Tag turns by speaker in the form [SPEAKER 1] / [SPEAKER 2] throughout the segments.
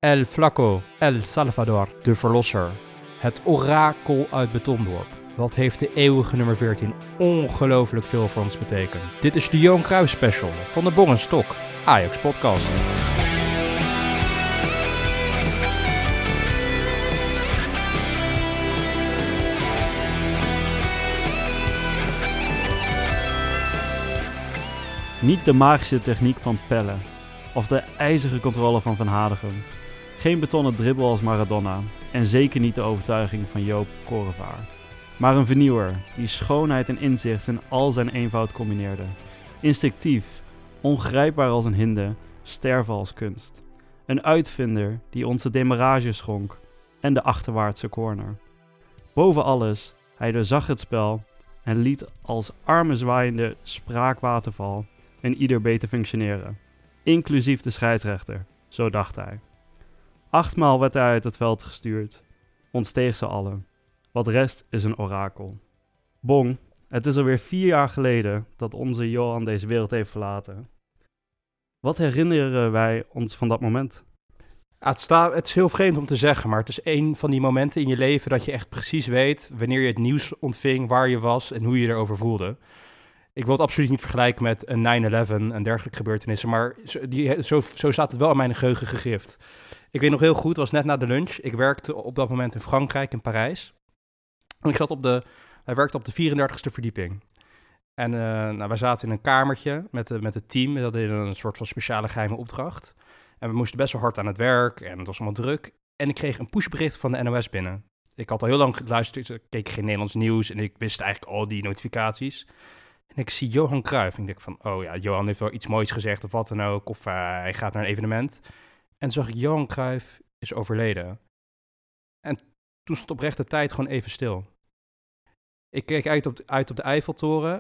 [SPEAKER 1] El Flaco, El Salvador, de verlosser. Het orakel uit Betondorp. Wat heeft de eeuwige nummer 14 ongelooflijk veel voor ons betekend. Dit is de Johan Cruijff special van de Bong en Stok Ajax podcast.
[SPEAKER 2] Niet de magische techniek van Pelle of de ijzige controle van Van Hadegem. Geen betonnen dribbel als Maradona en zeker niet de overtuiging van Joop Korevaar. Maar een vernieuwer die schoonheid en inzicht in al zijn eenvoud combineerde. Instinctief, ongrijpbaar als een hinde, sterven als kunst. Een uitvinder die ons de demarrage schonk en de achterwaartse corner. Boven alles, hij doorzag het spel en liet als armenzwaaiende spraakwaterval en ieder beter functioneren. Inclusief de scheidsrechter, zo dacht hij. 8 maal werd hij uit het veld gestuurd. Ontsteeg ze allen. Wat rest is een orakel. Bong, het is alweer 4 jaar geleden dat onze Johan deze wereld heeft verlaten. Wat herinneren wij ons van dat moment?
[SPEAKER 1] Het is heel vreemd om te zeggen, maar het is een van die momenten in je leven dat je echt precies weet wanneer je het nieuws ontving, waar je was en hoe je erover voelde. Ik wil het absoluut niet vergelijken met een 9/11 en dergelijke gebeurtenissen, maar zo staat het wel in mijn geheugen gegrift. Ik weet nog heel goed, het was net na de lunch. Ik werkte op dat moment in Frankrijk, in Parijs. En wij werkten op de 34e verdieping. En wij zaten in een kamertje met het team. We hadden een soort van speciale geheime opdracht. En we moesten best wel hard aan het werk en het was allemaal druk. En ik kreeg een pushbericht van de NOS binnen. Ik had al heel lang geluisterd, ik keek geen Nederlands nieuws en ik wist eigenlijk al die notificaties. En ik zie Johan Cruijff en ik denk van, oh ja, Johan heeft wel iets moois gezegd of wat dan ook. Of hij gaat naar een evenement. En toen zag ik, Johan Cruijff is overleden. En toen stond oprecht de tijd gewoon even stil. Ik keek uit op de Eiffeltoren.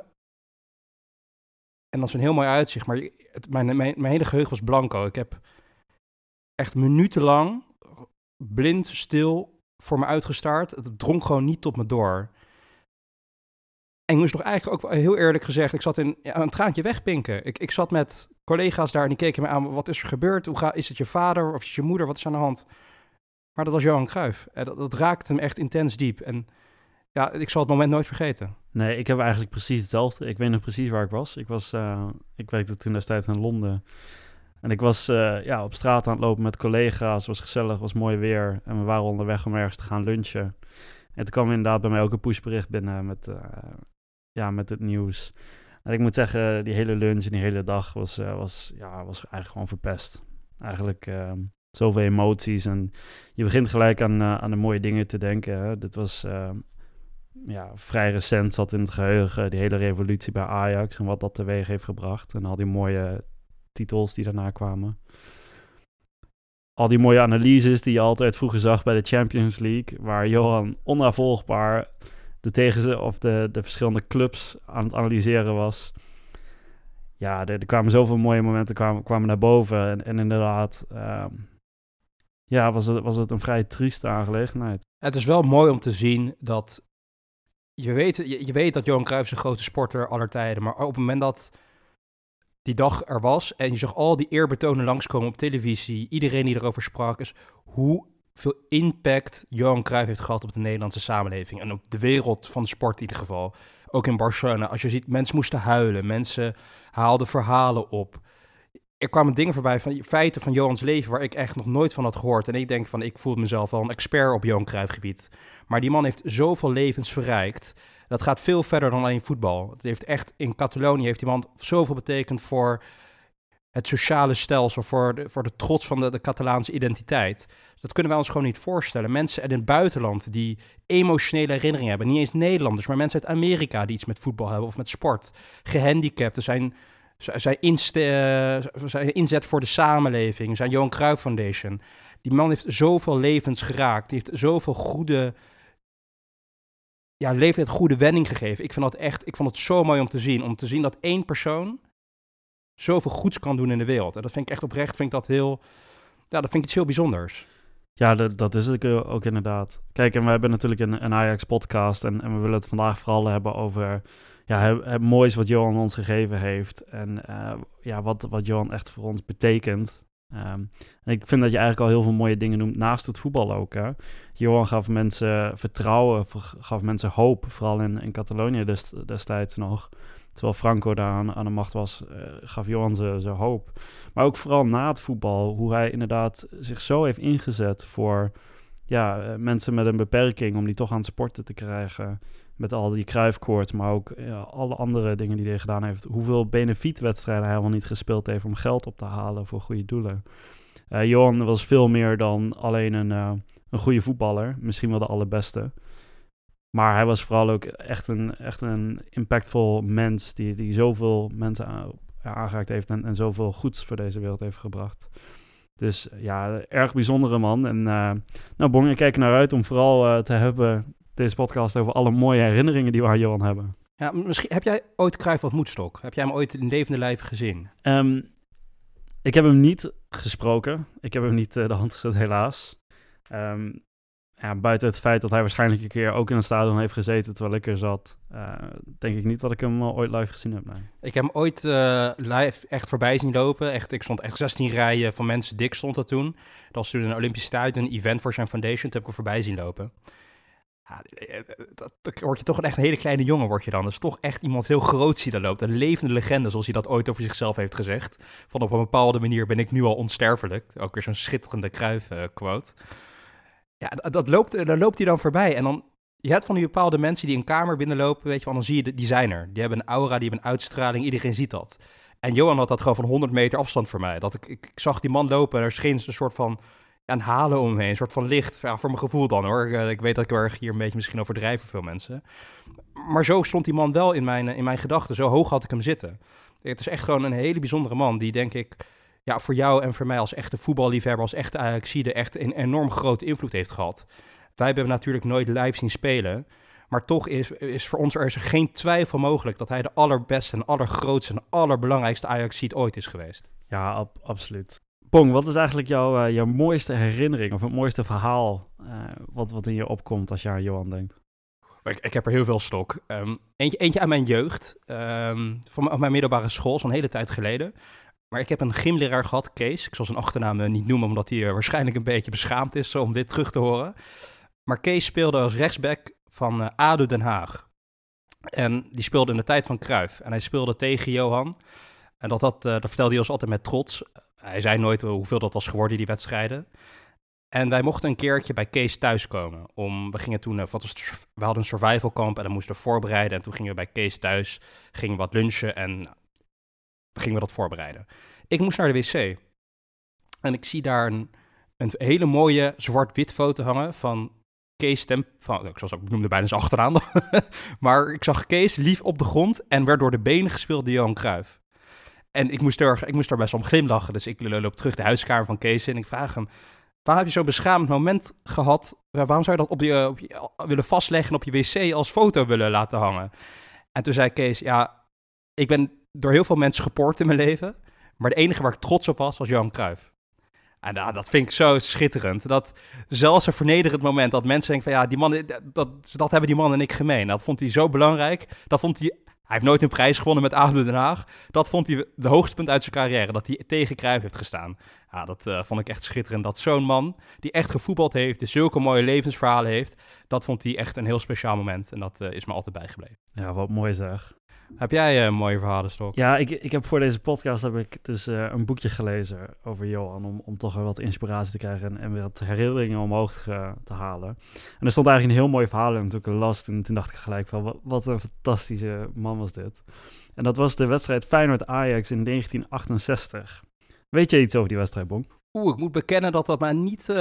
[SPEAKER 1] En dat is een heel mooi uitzicht, maar mijn hele geheugen was blanco. Ik heb echt minutenlang blind, stil voor me uitgestaard. Het drong gewoon niet tot me door. En ik moest nog eigenlijk ook heel eerlijk gezegd, ik zat in een traantje wegpinken. Ik zat met collega's daar en die keken me aan, wat is er gebeurd? Is het je vader of is het je moeder? Wat is aan de hand? Maar dat was Johan Cruijff. Dat raakte hem echt intens diep. En ja, ik zal het moment nooit vergeten.
[SPEAKER 2] Nee, ik heb eigenlijk precies hetzelfde. Ik weet nog precies waar ik was. Ik werkte toen destijds in Londen. En ik was op straat aan het lopen met collega's. Het was gezellig, het was mooi weer. En we waren onderweg om ergens te gaan lunchen. En toen kwam inderdaad bij mij ook een pushbericht binnen met het nieuws. En ik moet zeggen, die hele lunch en die hele dag was eigenlijk gewoon verpest. Eigenlijk zoveel emoties en je begint gelijk aan de mooie dingen te denken. Hè. Dit was vrij recent, zat in het geheugen die hele revolutie bij Ajax en wat dat teweeg heeft gebracht. En al die mooie titels die daarna kwamen. Al die mooie analyses die je altijd vroeger zag bij de Champions League, waar Johan onnavolgbaar de verschillende clubs aan het analyseren was. Ja, er kwamen zoveel mooie momenten kwamen naar boven. En inderdaad, was het een vrij trieste aangelegenheid.
[SPEAKER 1] Het is wel mooi om te zien dat je weet dat Johan Cruijff is de grootste sporter aller tijden, maar op het moment dat die dag er was en je zag al die eerbetonen langskomen op televisie, iedereen die erover sprak, is hoeveel impact Johan Cruijff heeft gehad op de Nederlandse samenleving en op de wereld van de sport in ieder geval. Ook in Barcelona. Als je ziet, mensen moesten huilen, mensen haalden verhalen op. Er kwamen dingen voorbij van feiten van Johans leven waar ik echt nog nooit van had gehoord. En ik denk van, ik voel mezelf wel een expert op Johan Cruijff gebied. Maar die man heeft zoveel levens verrijkt. Dat gaat veel verder dan alleen voetbal. Het heeft echt, in Catalonië heeft die man zoveel betekend voor het sociale stelsel, voor de trots van de Catalaanse identiteit. Dat kunnen wij ons gewoon niet voorstellen. Mensen in het buitenland die emotionele herinneringen hebben. Niet eens Nederlanders, maar mensen uit Amerika die iets met voetbal hebben of met sport. Gehandicapten zijn inzet voor de samenleving. Zijn Johan Cruijff Foundation. Die man heeft zoveel levens geraakt. Die heeft zoveel goede wending gegeven. Ik vond het zo mooi om te zien. Om te zien dat één persoon zoveel goeds kan doen in de wereld. En dat vind ik echt oprecht, dat vind ik iets heel bijzonders.
[SPEAKER 2] Ja, dat is het ook inderdaad. Kijk, en we hebben natuurlijk een Ajax-podcast en we willen het vandaag vooral hebben over het moois wat Johan ons gegeven heeft. En wat Johan echt voor ons betekent. En ik vind dat je eigenlijk al heel veel mooie dingen noemt naast het voetbal ook. Hè? Johan gaf mensen vertrouwen, gaf mensen hoop, vooral in Catalonië destijds nog. Terwijl Franco daar aan de macht was, gaf Johan ze hoop. Maar ook vooral na het voetbal, hoe hij inderdaad zich zo heeft ingezet voor mensen met een beperking, om die toch aan het sporten te krijgen. Met al die Cruyff-koorts, maar ook alle andere dingen die hij gedaan heeft. Hoeveel benefietwedstrijden hij helemaal niet gespeeld heeft om geld op te halen voor goede doelen. Johan was veel meer dan alleen een goede voetballer. Misschien wel de allerbeste. Maar hij was vooral ook echt een impactvol mens die zoveel mensen aangeraakt heeft en zoveel goeds voor deze wereld heeft gebracht. Dus ja, erg bijzondere man. En Bong, ik kijk naar uit om vooral te hebben deze podcast over alle mooie herinneringen die we aan Johan hebben.
[SPEAKER 1] Ja, misschien heb jij ooit Cruyff ontmoet, Stok? Heb jij hem ooit in levende lijven gezien?
[SPEAKER 2] Ik heb hem niet gesproken. Ik heb hem niet de hand geschud, helaas. Buiten het feit dat hij waarschijnlijk een keer ook in een stadion heeft gezeten terwijl ik er zat, denk ik niet dat ik hem ooit live gezien heb. Nee.
[SPEAKER 1] Ik heb hem ooit live echt voorbij zien lopen. Ik stond echt 16 rijen van mensen dik stond dat toen. Dat was toen een Olympisch stadion, een event voor zijn foundation. Toen heb ik hem voorbij zien lopen. Ja, dan word je toch echt een hele kleine jongen word je dan. Dat is toch echt iemand heel groots die daar loopt. Een levende legende, zoals hij dat ooit over zichzelf heeft gezegd. Van op een bepaalde manier ben ik nu al onsterfelijk. Ook weer zo'n schitterende Cruyff-quote. Ja, daar loopt hij dan voorbij. En dan, je hebt van die bepaalde mensen die een kamer binnenlopen, weet je wel, dan zie je, die zijn er. Die hebben een aura, die hebben een uitstraling, iedereen ziet dat. En Johan had dat gewoon van 100 meter afstand voor mij. Dat ik zag die man lopen en er scheen een soort van een halo om me heen, een soort van licht. Ja, voor mijn gevoel dan hoor. Ik weet dat ik erg hier een beetje misschien overdrijf voor veel mensen. Maar zo stond die man wel in mijn gedachten. Zo hoog had ik hem zitten. Het is echt gewoon een hele bijzondere man die, denk ik, ja, voor jou en voor mij als echte voetballiefhebber, als echte Ajaxide, echt een enorm grote invloed heeft gehad. Wij hebben hem natuurlijk nooit live zien spelen, maar toch is voor ons er geen twijfel mogelijk dat hij de allerbeste en allergrootste en allerbelangrijkste Ajaxide ooit is geweest.
[SPEAKER 2] Ja, absoluut. Pong, wat is eigenlijk jouw mooiste herinnering of het mooiste verhaal wat in je opkomt als je aan Johan denkt?
[SPEAKER 1] Ik heb er heel veel, Stok. Eentje aan mijn jeugd, van mijn middelbare school, zo'n hele tijd geleden. Maar ik heb een gymleraar gehad, Kees. Ik zal zijn achternaam niet noemen, omdat hij waarschijnlijk een beetje beschaamd is om dit terug te horen. Maar Kees speelde als rechtsback van ADO Den Haag. En die speelde in de tijd van Cruyff. En hij speelde tegen Johan. En dat vertelde hij ons altijd met trots. Hij zei nooit hoeveel dat was geworden, die wedstrijden. En wij mochten een keertje bij Kees thuiskomen. We gingen toen, we hadden een survival camp en dan moesten we voorbereiden. En toen gingen we bij Kees thuis, gingen we wat lunchen en gingen we dat voorbereiden. Ik moest naar de wc. En ik zie daar een hele mooie zwart-wit foto hangen van Kees ik noemde bijna zijn achteraan. Maar ik zag Kees lief op de grond en werd door de benen gespeeld door Johan Cruyff. En ik moest daar best om glimlachen. Dus ik loop terug de huiskamer van Kees in en ik vraag hem: waarom heb je zo'n beschamend moment gehad? Waarom zou je dat op je willen vastleggen en op je wc als foto willen laten hangen? En toen zei Kees: ja, ik ben door heel veel mensen gepoord in mijn leven, maar de enige waar ik trots op was Johan Cruyff. En dat vind ik zo schitterend. Dat zelfs een vernederend moment, dat mensen denken van ja, die man, dat hebben die man en ik gemeen. Dat vond hij zo belangrijk. Hij heeft nooit een prijs gewonnen met ADO Den Haag. Dat vond hij de hoogtepunt uit zijn carrière, dat hij tegen Cruyff heeft gestaan. Ja, dat vond ik echt schitterend. Dat zo'n man, die echt gevoetbald heeft, die zulke mooie levensverhalen heeft, dat vond hij echt een heel speciaal moment. En dat is me altijd bijgebleven.
[SPEAKER 2] Ja, wat mooi zeg.
[SPEAKER 1] Heb jij mooie verhalen, Stok?
[SPEAKER 2] Ja, ik heb voor deze podcast dus een boekje gelezen over Johan, om toch weer wat inspiratie te krijgen en weer wat herinneringen omhoog te halen. En er stond eigenlijk een heel mooi verhaal in, toen ik las, toen dacht ik gelijk van, wat een fantastische man was dit. En dat was de wedstrijd Feyenoord-Ajax in 1968. Weet je iets over die wedstrijd, Bonk?
[SPEAKER 1] Ik moet bekennen dat maar niet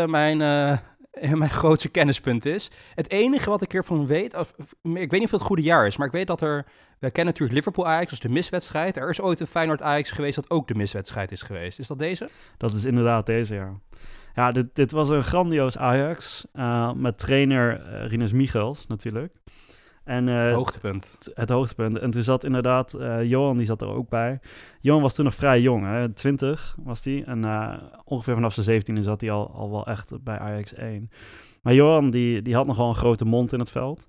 [SPEAKER 1] mijn grootste kennispunt is. Het enige wat ik ervan weet, ik weet niet of het goede jaar is, maar ik weet dat we kennen natuurlijk Liverpool-Ajax, dus de miswedstrijd. Er is ooit een Feyenoord-Ajax geweest dat ook de miswedstrijd is geweest. Is dat deze?
[SPEAKER 2] Dat is inderdaad deze, ja. Ja, dit was een grandioos Ajax, met trainer Rinus Michels natuurlijk. En,
[SPEAKER 1] het hoogtepunt.
[SPEAKER 2] Het hoogtepunt. En toen zat inderdaad, Johan die zat er ook bij. Johan was toen nog vrij jong, hè? 20 was hij. En ongeveer vanaf zijn 17e zat hij al wel echt bij Ajax 1. Maar Johan die had nogal een grote mond in het veld.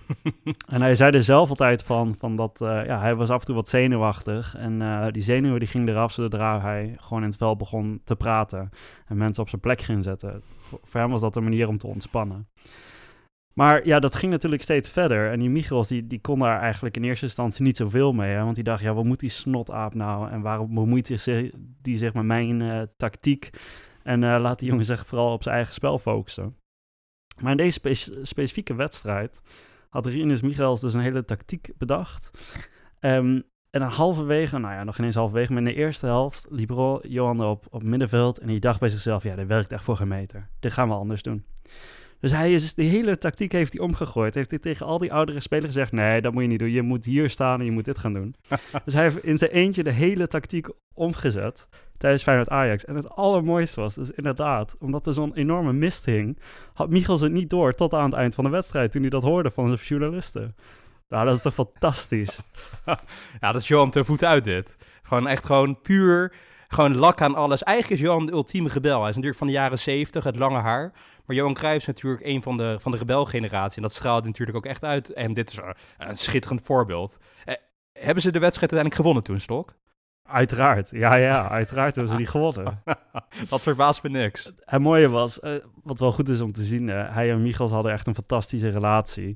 [SPEAKER 2] En hij zei er zelf altijd van dat hij was af en toe wat zenuwachtig. En die zenuwen die gingen eraf zodra hij gewoon in het veld begon te praten. En mensen op zijn plek ging zetten. Voor hem was dat een manier om te ontspannen. Maar ja, dat ging natuurlijk steeds verder. En die Michels, die kon daar eigenlijk in eerste instantie niet zoveel mee. Hè? Want die dacht, ja, wat moet die snotaap nou? En waarom bemoeit die zich met mijn tactiek? En laat die jongen zich vooral op zijn eigen spel focussen. Maar in deze specifieke wedstrijd had Rinus Michels dus een hele tactiek bedacht. En dan halverwege, nog ineens halverwege, maar in de eerste helft liep Johan op middenveld. En die dacht bij zichzelf, ja, dit werkt echt voor geen meter. Dit gaan we anders doen. Dus de hele tactiek heeft hij omgegooid. Heeft hij tegen al die oudere spelers gezegd, nee, dat moet je niet doen. Je moet hier staan en je moet dit gaan doen. Dus hij heeft in zijn eentje de hele tactiek omgezet tijdens Feyenoord-Ajax. En het allermooiste was dus inderdaad, omdat er zo'n enorme mist hing, had Michels het niet door tot aan het eind van de wedstrijd, toen hij dat hoorde van de journalisten. Nou, dat is toch fantastisch.
[SPEAKER 1] Ja, dat is Johan ter voet uit dit. Gewoon puur, gewoon lak aan alles. Eigenlijk is Johan de ultieme rebel. Hij is natuurlijk van de jaren 70, het lange haar. Maar Johan Cruijff is natuurlijk een van de rebelgeneratie. En dat straalde natuurlijk ook echt uit. En dit is een schitterend voorbeeld. Hebben ze de wedstrijd uiteindelijk gewonnen toen, Stok?
[SPEAKER 2] Uiteraard. Ja, uiteraard hebben ze die gewonnen.
[SPEAKER 1] Dat verbaast me niks.
[SPEAKER 2] Het mooie was, wat wel goed is om te zien, hij en Michels hadden echt een fantastische relatie.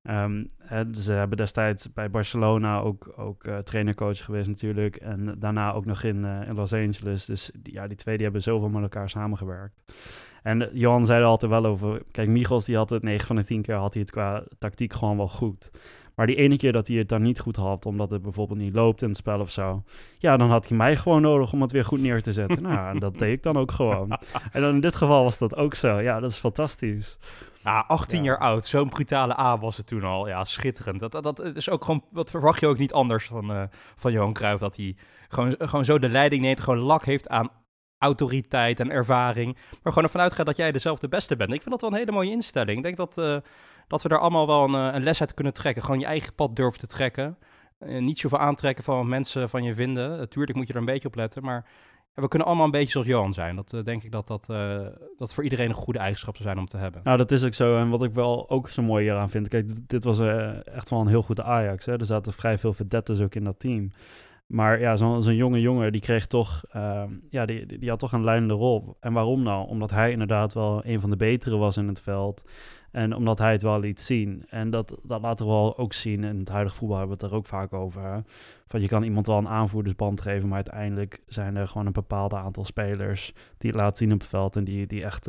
[SPEAKER 2] Ze hebben destijds bij Barcelona ook trainercoach geweest natuurlijk. En daarna ook nog in Los Angeles. Dus die twee die hebben zoveel met elkaar samengewerkt. En Johan zei er altijd wel over, kijk, Michels die had het 9 van de 10 keer had hij het qua tactiek gewoon wel goed. Maar die ene keer dat hij het dan niet goed had, omdat het bijvoorbeeld niet loopt in het spel of zo, ja, dan had hij mij gewoon nodig om het weer goed neer te zetten. Nou, en dat deed ik dan ook gewoon. En dan in dit geval was dat ook zo. Ja, dat is fantastisch.
[SPEAKER 1] Ja, 18 jaar oud, zo'n brutale A was het toen al. Ja, schitterend. Dat is ook gewoon, wat verwacht je ook niet anders van Johan Cruijff, dat hij gewoon zo de leiding neemt, gewoon lak heeft aan autoriteit en ervaring, maar gewoon ervan uitgaat dat jij dezelfde beste bent. Ik vind dat wel een hele mooie instelling. Ik denk dat we daar allemaal wel een les uit kunnen trekken. Gewoon je eigen pad durven te trekken. Niet zoveel aantrekken van wat mensen van je vinden. Natuurlijk moet je er een beetje op letten, maar we kunnen allemaal een beetje zoals Johan zijn. Dat denk ik dat voor iedereen een goede eigenschap zou zijn om te hebben.
[SPEAKER 2] Nou, dat is ook zo. En wat ik wel ook zo mooi hieraan vind, kijk, dit was echt wel een heel goede Ajax. Hè? Er zaten vrij veel verdetters ook in dat team. Maar ja, zo'n jonge jongen, die kreeg toch, die had toch een leidende rol. En waarom nou? Omdat hij inderdaad wel een van de betere was in het veld. En omdat hij het wel liet zien. En dat laten we wel ook zien. In het huidige voetbal hebben we het er ook vaak over. Hè? Van je kan iemand wel een aanvoerdersband geven, maar uiteindelijk zijn er gewoon een bepaald aantal spelers die het laten zien op het veld. En die echt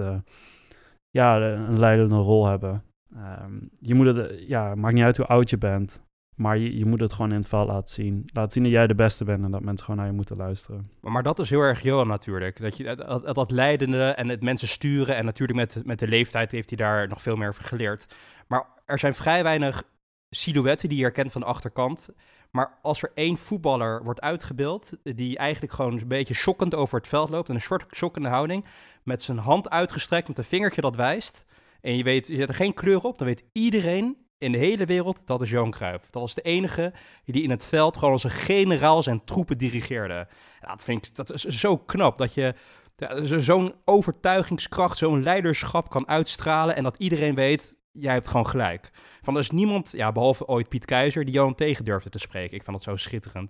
[SPEAKER 2] een leidende rol hebben. Je moet het, maakt niet uit hoe oud je bent. Maar je moet het gewoon in het veld laten zien. Laat zien dat jij de beste bent en dat mensen gewoon naar je moeten luisteren.
[SPEAKER 1] Maar dat is heel erg Johan natuurlijk. Dat leidende en het mensen sturen. En natuurlijk met de leeftijd heeft hij daar nog veel meer over geleerd. Maar er zijn vrij weinig silhouetten die je herkent van de achterkant. Maar als er één voetballer wordt uitgebeeld die eigenlijk gewoon een beetje schokkend over het veld loopt. En een soort schokkende houding. Met zijn hand uitgestrekt met een vingertje dat wijst. En je zet er geen kleur op. Dan weet iedereen in de hele wereld, dat is Johan Cruijff. Dat was de enige die in het veld gewoon als een generaal zijn troepen dirigeerde. Ja, dat is zo knap, dat je zo'n overtuigingskracht, zo'n leiderschap kan uitstralen en dat iedereen weet, jij hebt gewoon gelijk. Van er is niemand, behalve ooit Piet Keizer, die Johan tegen durfde te spreken. Ik vond dat zo schitterend.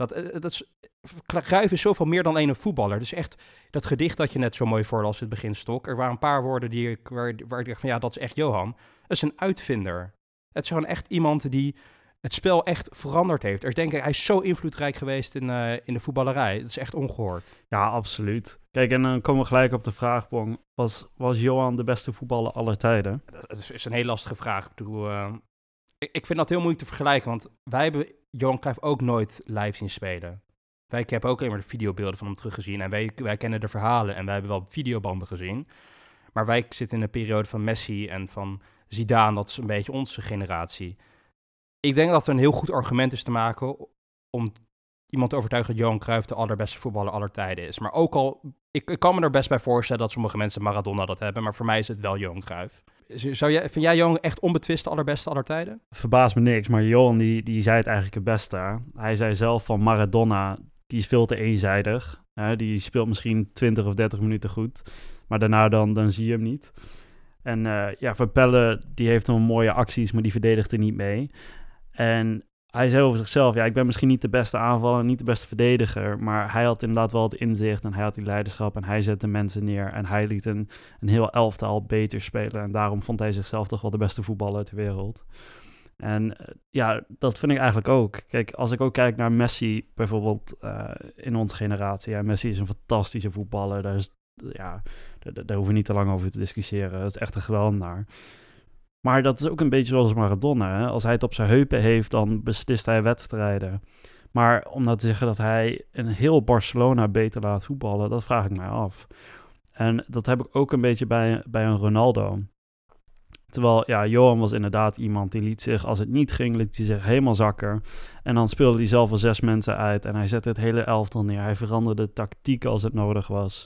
[SPEAKER 1] Cruijff is zoveel meer dan een voetballer. Dus echt, dat gedicht dat je net zo mooi voorlas in het begin, Stok. Er waren een paar woorden waar ik dacht van, dat is echt Johan. Dat is een uitvinder. Het is gewoon echt iemand die het spel echt veranderd heeft. Hij is zo invloedrijk geweest in de voetballerij. Dat is echt ongehoord.
[SPEAKER 2] Ja, absoluut. Kijk, en dan komen we gelijk op de vraag, Bong. Was Johan de beste voetballer aller tijden?
[SPEAKER 1] Dat is een heel lastige vraag. Ik vind dat heel moeilijk te vergelijken, want wij hebben Johan Cruijff ook nooit live zien spelen. Ik heb ook alleen maar de videobeelden van hem teruggezien en wij kennen de verhalen en wij hebben wel videobanden gezien. Maar wij zitten in een periode van Messi en van Zidane, dat is een beetje onze generatie. Ik denk dat er een heel goed argument is te maken om iemand te overtuigen dat Johan Cruijff de allerbeste voetballer aller tijden is. Maar ook al, ik kan me er best bij voorstellen dat sommige mensen Maradona dat hebben, maar voor mij is het wel Johan Cruijff. Vind jij Johan echt onbetwist de allerbeste aller tijden?
[SPEAKER 2] Verbaast me niks, maar Johan die zei het eigenlijk het beste. Hij zei zelf van Maradona, die is veel te eenzijdig. Die speelt misschien 20 of 30 minuten goed, maar daarna dan zie je hem niet. En Van Pelle, die heeft dan mooie acties, maar die verdedigt er niet mee. En hij zei over zichzelf, ik ben misschien niet de beste aanvaller, niet de beste verdediger, maar hij had inderdaad wel het inzicht en hij had die leiderschap en hij zette mensen neer en hij liet een heel elftal beter spelen. En daarom vond hij zichzelf toch wel de beste voetballer ter wereld. En dat vind ik eigenlijk ook. Kijk, als ik ook kijk naar Messi bijvoorbeeld in onze generatie. Ja, Messi is een fantastische voetballer. Daar hoeven we niet te lang over te discussiëren. Dat is echt een geweldenaar. Maar dat is ook een beetje zoals Maradona. Hè? Als hij het op zijn heupen heeft, dan beslist hij wedstrijden. Maar om nou te zeggen dat hij een heel Barcelona beter laat voetballen, dat vraag ik mij af. En dat heb ik ook een beetje bij een Ronaldo. Terwijl, Johan was inderdaad iemand die liet zich, als het niet ging, liet hij zich helemaal zakken. En dan speelde hij zelf al 6 mensen uit en hij zette het hele elftal neer. Hij veranderde tactiek als het nodig was.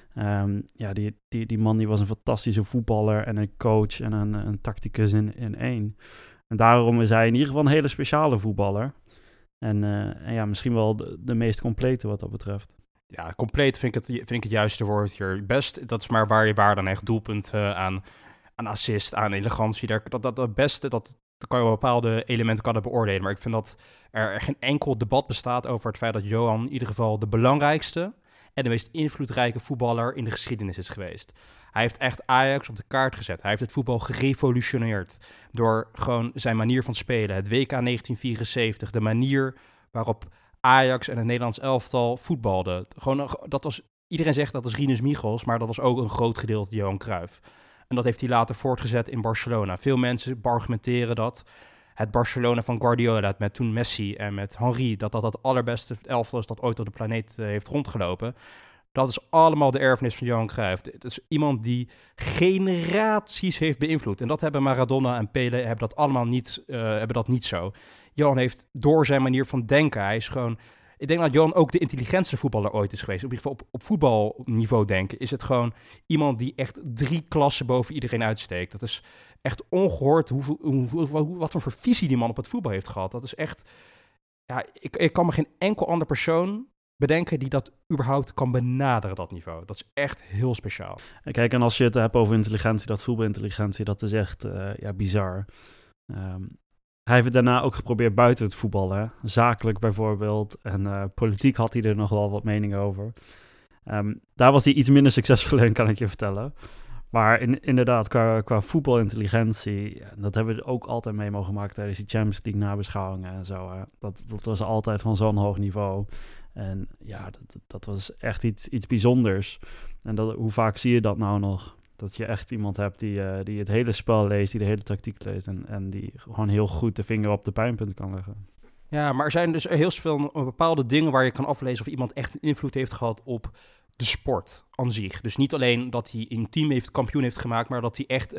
[SPEAKER 2] Die man die was een fantastische voetballer en een coach en een tacticus in één. En daarom is hij in ieder geval een hele speciale voetballer. En misschien wel de meest complete wat dat betreft.
[SPEAKER 1] Ja, compleet vind ik het juiste woord hier. Best, dat is maar waar je waar dan echt doelpunt aan assist, aan elegantie. Dat beste, dat kan je wel bepaalde elementen beoordelen. Maar ik vind dat er geen enkel debat bestaat over het feit dat Johan in ieder geval de belangrijkste en de meest invloedrijke voetballer in de geschiedenis is geweest. Hij heeft echt Ajax op de kaart gezet. Hij heeft het voetbal gerevolutioneerd door gewoon zijn manier van spelen. Het WK 1974, de manier waarop Ajax en het Nederlands elftal voetbalden. Iedereen zegt dat was Rinus Michels, maar dat was ook een groot gedeelte Johan Cruijff. En dat heeft hij later voortgezet in Barcelona. Veel mensen argumenteren dat het Barcelona van Guardiola, met toen Messi en met Henry, dat het allerbeste elftal is dat ooit op de planeet heeft rondgelopen. Dat is allemaal de erfenis van Johan Cruijff. Het is iemand die generaties heeft beïnvloed. En dat hebben Maradona en Pelé hebben dat allemaal niet zo. Johan heeft door zijn manier van denken, hij is gewoon... Ik denk dat Johan ook de intelligentste voetballer ooit is geweest. Op ieder geval op voetbalniveau denken is het gewoon iemand die echt 3 klassen boven iedereen uitsteekt. Dat is echt ongehoord wat voor visie die man op het voetbal heeft gehad. Dat is echt... Ja, ik kan me geen enkel ander persoon bedenken die dat überhaupt kan benaderen, dat niveau. Dat is echt heel speciaal.
[SPEAKER 2] En kijk, en als je het hebt over intelligentie, dat voetbalintelligentie, dat is echt bizar. Hij heeft het daarna ook geprobeerd buiten het voetbal, hè? Zakelijk bijvoorbeeld. En politiek had hij er nog wel wat mening over. Daar was hij iets minder succesvol in, kan ik je vertellen. Maar inderdaad, qua voetbalintelligentie, dat hebben we ook altijd mee mogen maken tijdens die Champions League nabeschouwingen en zo. Hè? Dat was altijd van zo'n hoog niveau. En dat was echt iets bijzonders. En hoe vaak zie je dat nou nog? Dat je echt iemand hebt die het hele spel leest, die de hele tactiek leest en die gewoon heel goed de vinger op de pijnpunt kan leggen.
[SPEAKER 1] Ja, maar er zijn dus heel veel bepaalde dingen waar je kan aflezen of iemand echt invloed heeft gehad op de sport aan zich. Dus niet alleen dat hij een team kampioen heeft gemaakt, maar dat hij echt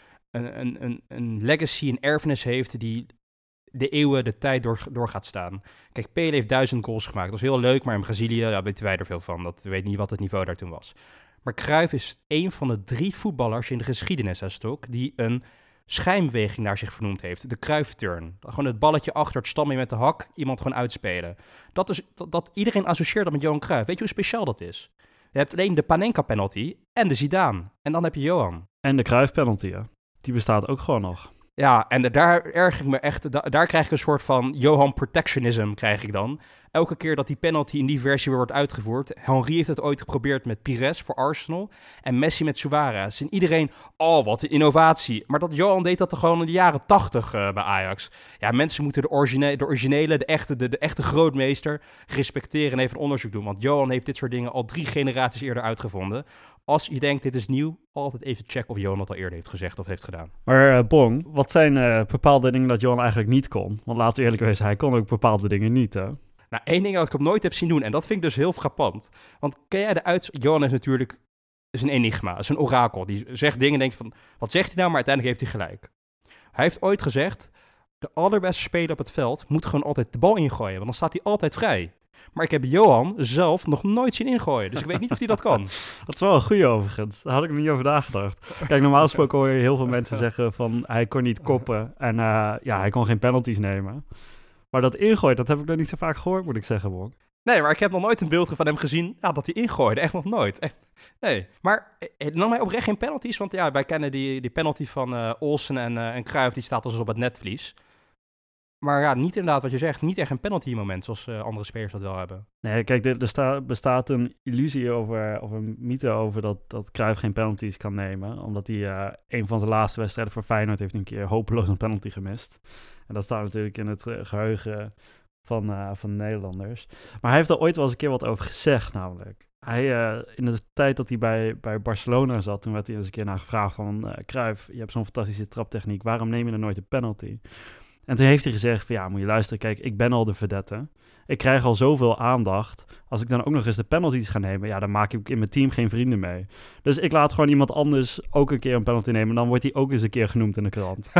[SPEAKER 1] een legacy, een erfenis heeft die de eeuwen, de tijd door gaat staan. Kijk, Pelé heeft 1000 goals gemaakt. Dat is heel leuk, maar in Brazilië weten wij er veel van. Dat weet niet wat het niveau daar toen was. Maar Cruijff is een van de 3 voetballers in de geschiedenis, die een schijnbeweging naar zich vernoemd heeft. De Cruyff-turn. Gewoon het balletje achter het stammen met de hak, iemand gewoon uitspelen. Dat iedereen associeert dat met Johan Cruijff. Weet je hoe speciaal dat is? Je hebt alleen de Panenka-penalty en de Zidane. En dan heb je Johan.
[SPEAKER 2] En de Cruyff-penalty, ja. Die bestaat ook gewoon nog.
[SPEAKER 1] Ja, en daar erg ik me echt... Daar krijg ik een soort van Johan protectionism, krijg ik dan. Elke keer dat die penalty in die versie wordt uitgevoerd... Henry heeft het ooit geprobeerd met Pires voor Arsenal... en Messi met Suarez. En iedereen, wat een innovatie. Maar dat Johan deed dat gewoon in de jaren 80 bij Ajax. Ja, mensen moeten de originele, de echte grootmeester... respecteren en even onderzoek doen. Want Johan heeft dit soort dingen al 3 generaties eerder uitgevonden... Als je denkt, dit is nieuw, altijd even checken of Johan dat al eerder heeft gezegd of heeft gedaan.
[SPEAKER 2] Maar Bong, wat zijn bepaalde dingen dat Johan eigenlijk niet kon? Want laten we eerlijk wezen, hij kon ook bepaalde dingen niet, hè?
[SPEAKER 1] Nou, 1 ding dat ik hem nooit heb zien doen, en dat vind ik dus heel frappant. Want ken jij Johan is natuurlijk een enigma, is een orakel. Die zegt dingen en denkt van, wat zegt hij nou? Maar uiteindelijk heeft hij gelijk. Hij heeft ooit gezegd, de allerbeste speler op het veld moet gewoon altijd de bal ingooien, want dan staat hij altijd vrij. Maar ik heb Johan zelf nog nooit zien ingooien. Dus ik weet niet of hij dat kan.
[SPEAKER 2] Dat is wel een goeie overigens. Daar had ik nog niet over nagedacht. Kijk, normaal gesproken hoor je heel veel mensen zeggen van... hij kon niet koppen en hij kon geen penalties nemen. Maar dat ingooien, dat heb ik nog niet zo vaak gehoord, moet ik zeggen, Bong.
[SPEAKER 1] Nee, maar ik heb nog nooit een beeld van hem gezien dat hij ingooide. Echt nog nooit. Echt, nee. Maar nam mij oprecht geen penalties. Want ja, wij kennen die penalty van Olsen en Cruijff. Die staat dus op het netvlies. Maar ja, niet inderdaad wat je zegt. Niet echt een penalty moment zoals andere spelers dat wel hebben.
[SPEAKER 2] Nee, kijk, er bestaat een illusie over, of een mythe over dat Cruijff geen penalties kan nemen. Omdat hij een van zijn laatste wedstrijden voor Feyenoord heeft een keer hopeloos een penalty gemist. En dat staat natuurlijk in het geheugen van de Nederlanders. Maar hij heeft er ooit wel eens een keer wat over gezegd, namelijk. In de tijd dat hij bij Barcelona zat, toen werd hij eens een keer naar gevraagd van Cruijff, je hebt zo'n fantastische traptechniek, waarom neem je er nooit een penalty? En toen heeft hij gezegd van ja, moet je luisteren, kijk, ik ben al de vedette. Ik krijg al zoveel aandacht. Als ik dan ook nog eens de penalties ga nemen, ja, dan maak ik in mijn team geen vrienden mee. Dus ik laat gewoon iemand anders ook een keer een penalty nemen. Dan wordt hij ook eens een keer genoemd in de krant.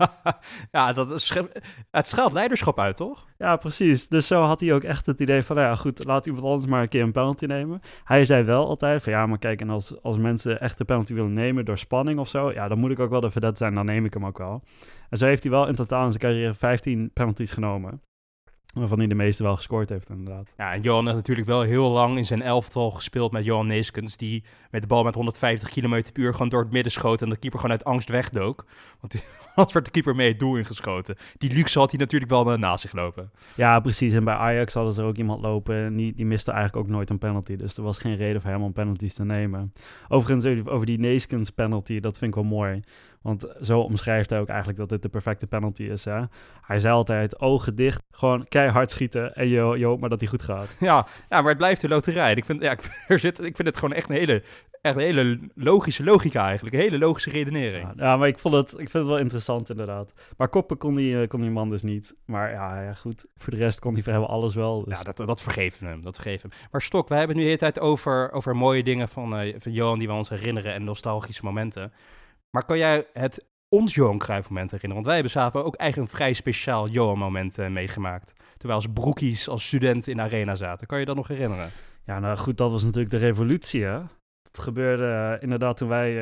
[SPEAKER 1] Ja, het schaalt leiderschap uit, toch?
[SPEAKER 2] Ja, precies. Dus zo had hij ook echt het idee van, nou ja, goed, laat iemand anders maar een keer een penalty nemen. Hij zei wel altijd van, ja, maar kijk, en als mensen echt de penalty willen nemen door spanning of zo, ja, dan moet ik ook wel de vedette zijn, dan neem ik hem ook wel. En zo heeft hij wel in totaal in zijn carrière 15 penalties genomen. Waarvan hij de meeste wel gescoord heeft, inderdaad.
[SPEAKER 1] Ja, en Johan heeft natuurlijk wel heel lang in zijn elftal gespeeld met Johan Neeskens, die met de bal met 150 km per uur gewoon door het midden schoot en de keeper gewoon uit angst wegdook. Want anders werd de keeper mee het doel ingeschoten. Die luxe had hij natuurlijk wel naast zich lopen.
[SPEAKER 2] Ja, precies. En bij Ajax hadden ze er ook iemand lopen en die miste eigenlijk ook nooit een penalty. Dus er was geen reden voor hem om penalties te nemen. Overigens, over die Neeskens penalty, dat vind ik wel mooi. Want zo omschrijft hij ook eigenlijk dat dit de perfecte penalty is. Hè? Hij zei altijd, ogen dicht, gewoon keihard schieten en je hoopt maar dat hij goed gaat.
[SPEAKER 1] Ja, maar het blijft de loterij. En ik vind het gewoon echt een hele logische logica eigenlijk. Een hele logische redenering.
[SPEAKER 2] Ja, maar ik vind het wel interessant inderdaad. Maar koppen kon die man dus niet. Maar ja, goed, voor de rest kon hij vrijwel alles wel. Dus.
[SPEAKER 1] Ja, dat vergeven hem. Maar Stok, wij hebben het nu de hele tijd over mooie dingen van Johan die we ons herinneren en nostalgische momenten. Maar kan jij ons Johan Cruijff moment herinneren? Want wij hebben samen ook eigenlijk een vrij speciaal Johan moment meegemaakt. Toen wij als broekies, als studenten in de arena zaten. Kan je dat nog herinneren?
[SPEAKER 2] Ja, nou goed, dat was natuurlijk de revolutie, hè? Dat gebeurde inderdaad toen wij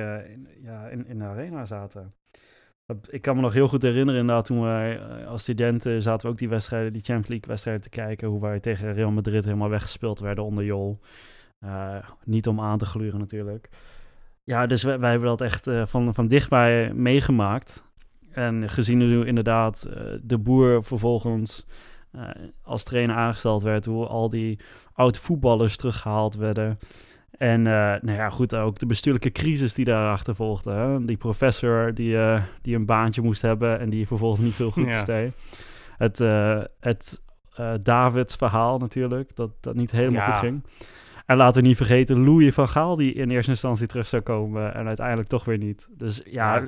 [SPEAKER 2] in de arena zaten. Ik kan me nog heel goed herinneren, inderdaad, toen wij als studenten zaten we ook die Champions League wedstrijden te kijken, hoe wij tegen Real Madrid helemaal weggespeeld werden onder Jol. Niet om aan te gluren natuurlijk. Ja, dus wij hebben dat echt van dichtbij meegemaakt. En gezien hoe inderdaad de Boer vervolgens als trainer aangesteld werd, hoe al die oud-voetballers teruggehaald werden. En nou ja, goed, ook de bestuurlijke crisis die daarachter volgde. Hè? Die professor die een baantje moest hebben en die vervolgens niet veel goed deed. Het Davids verhaal natuurlijk, dat niet helemaal goed ging. En laten we niet vergeten, Louis van Gaal die in eerste instantie terug zou komen en uiteindelijk toch weer niet. Dus ja,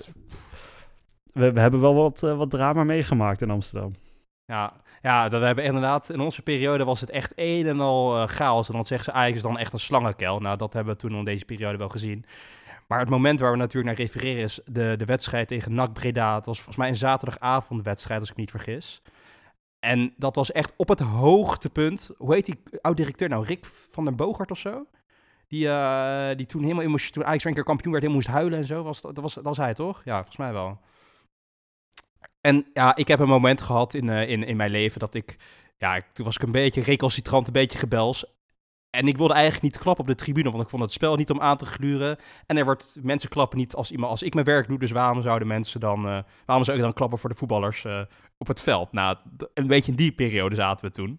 [SPEAKER 2] we hebben wel wat drama meegemaakt in Amsterdam.
[SPEAKER 1] Ja, dat we hebben inderdaad, in onze periode was het echt een en al chaos. En dan zeggen ze, Ajax is dan echt een slangenkuil. Nou, dat hebben we toen in deze periode wel gezien. Maar het moment waar we natuurlijk naar refereren is de wedstrijd tegen NAC Breda. Het was volgens mij een zaterdagavondwedstrijd, als ik me niet vergis. En dat was echt op het hoogtepunt. Hoe heet die oud-directeur nou? Rick van den Boogaard of zo? Die toen helemaal toen Ajax een keer kampioen werd, helemaal moest huilen en zo. Dat was hij, toch? Ja, volgens mij wel. En ja, ik heb een moment gehad in mijn leven dat toen was ik een beetje recalcitrant, een beetje gebels. En ik wilde eigenlijk niet klappen op de tribune, want ik vond het spel niet om aan te gluren. En mensen klappen niet als ik mijn werk doe, dus waarom zou ik dan klappen voor de voetballers op het veld? Nou, een beetje in die periode zaten we toen.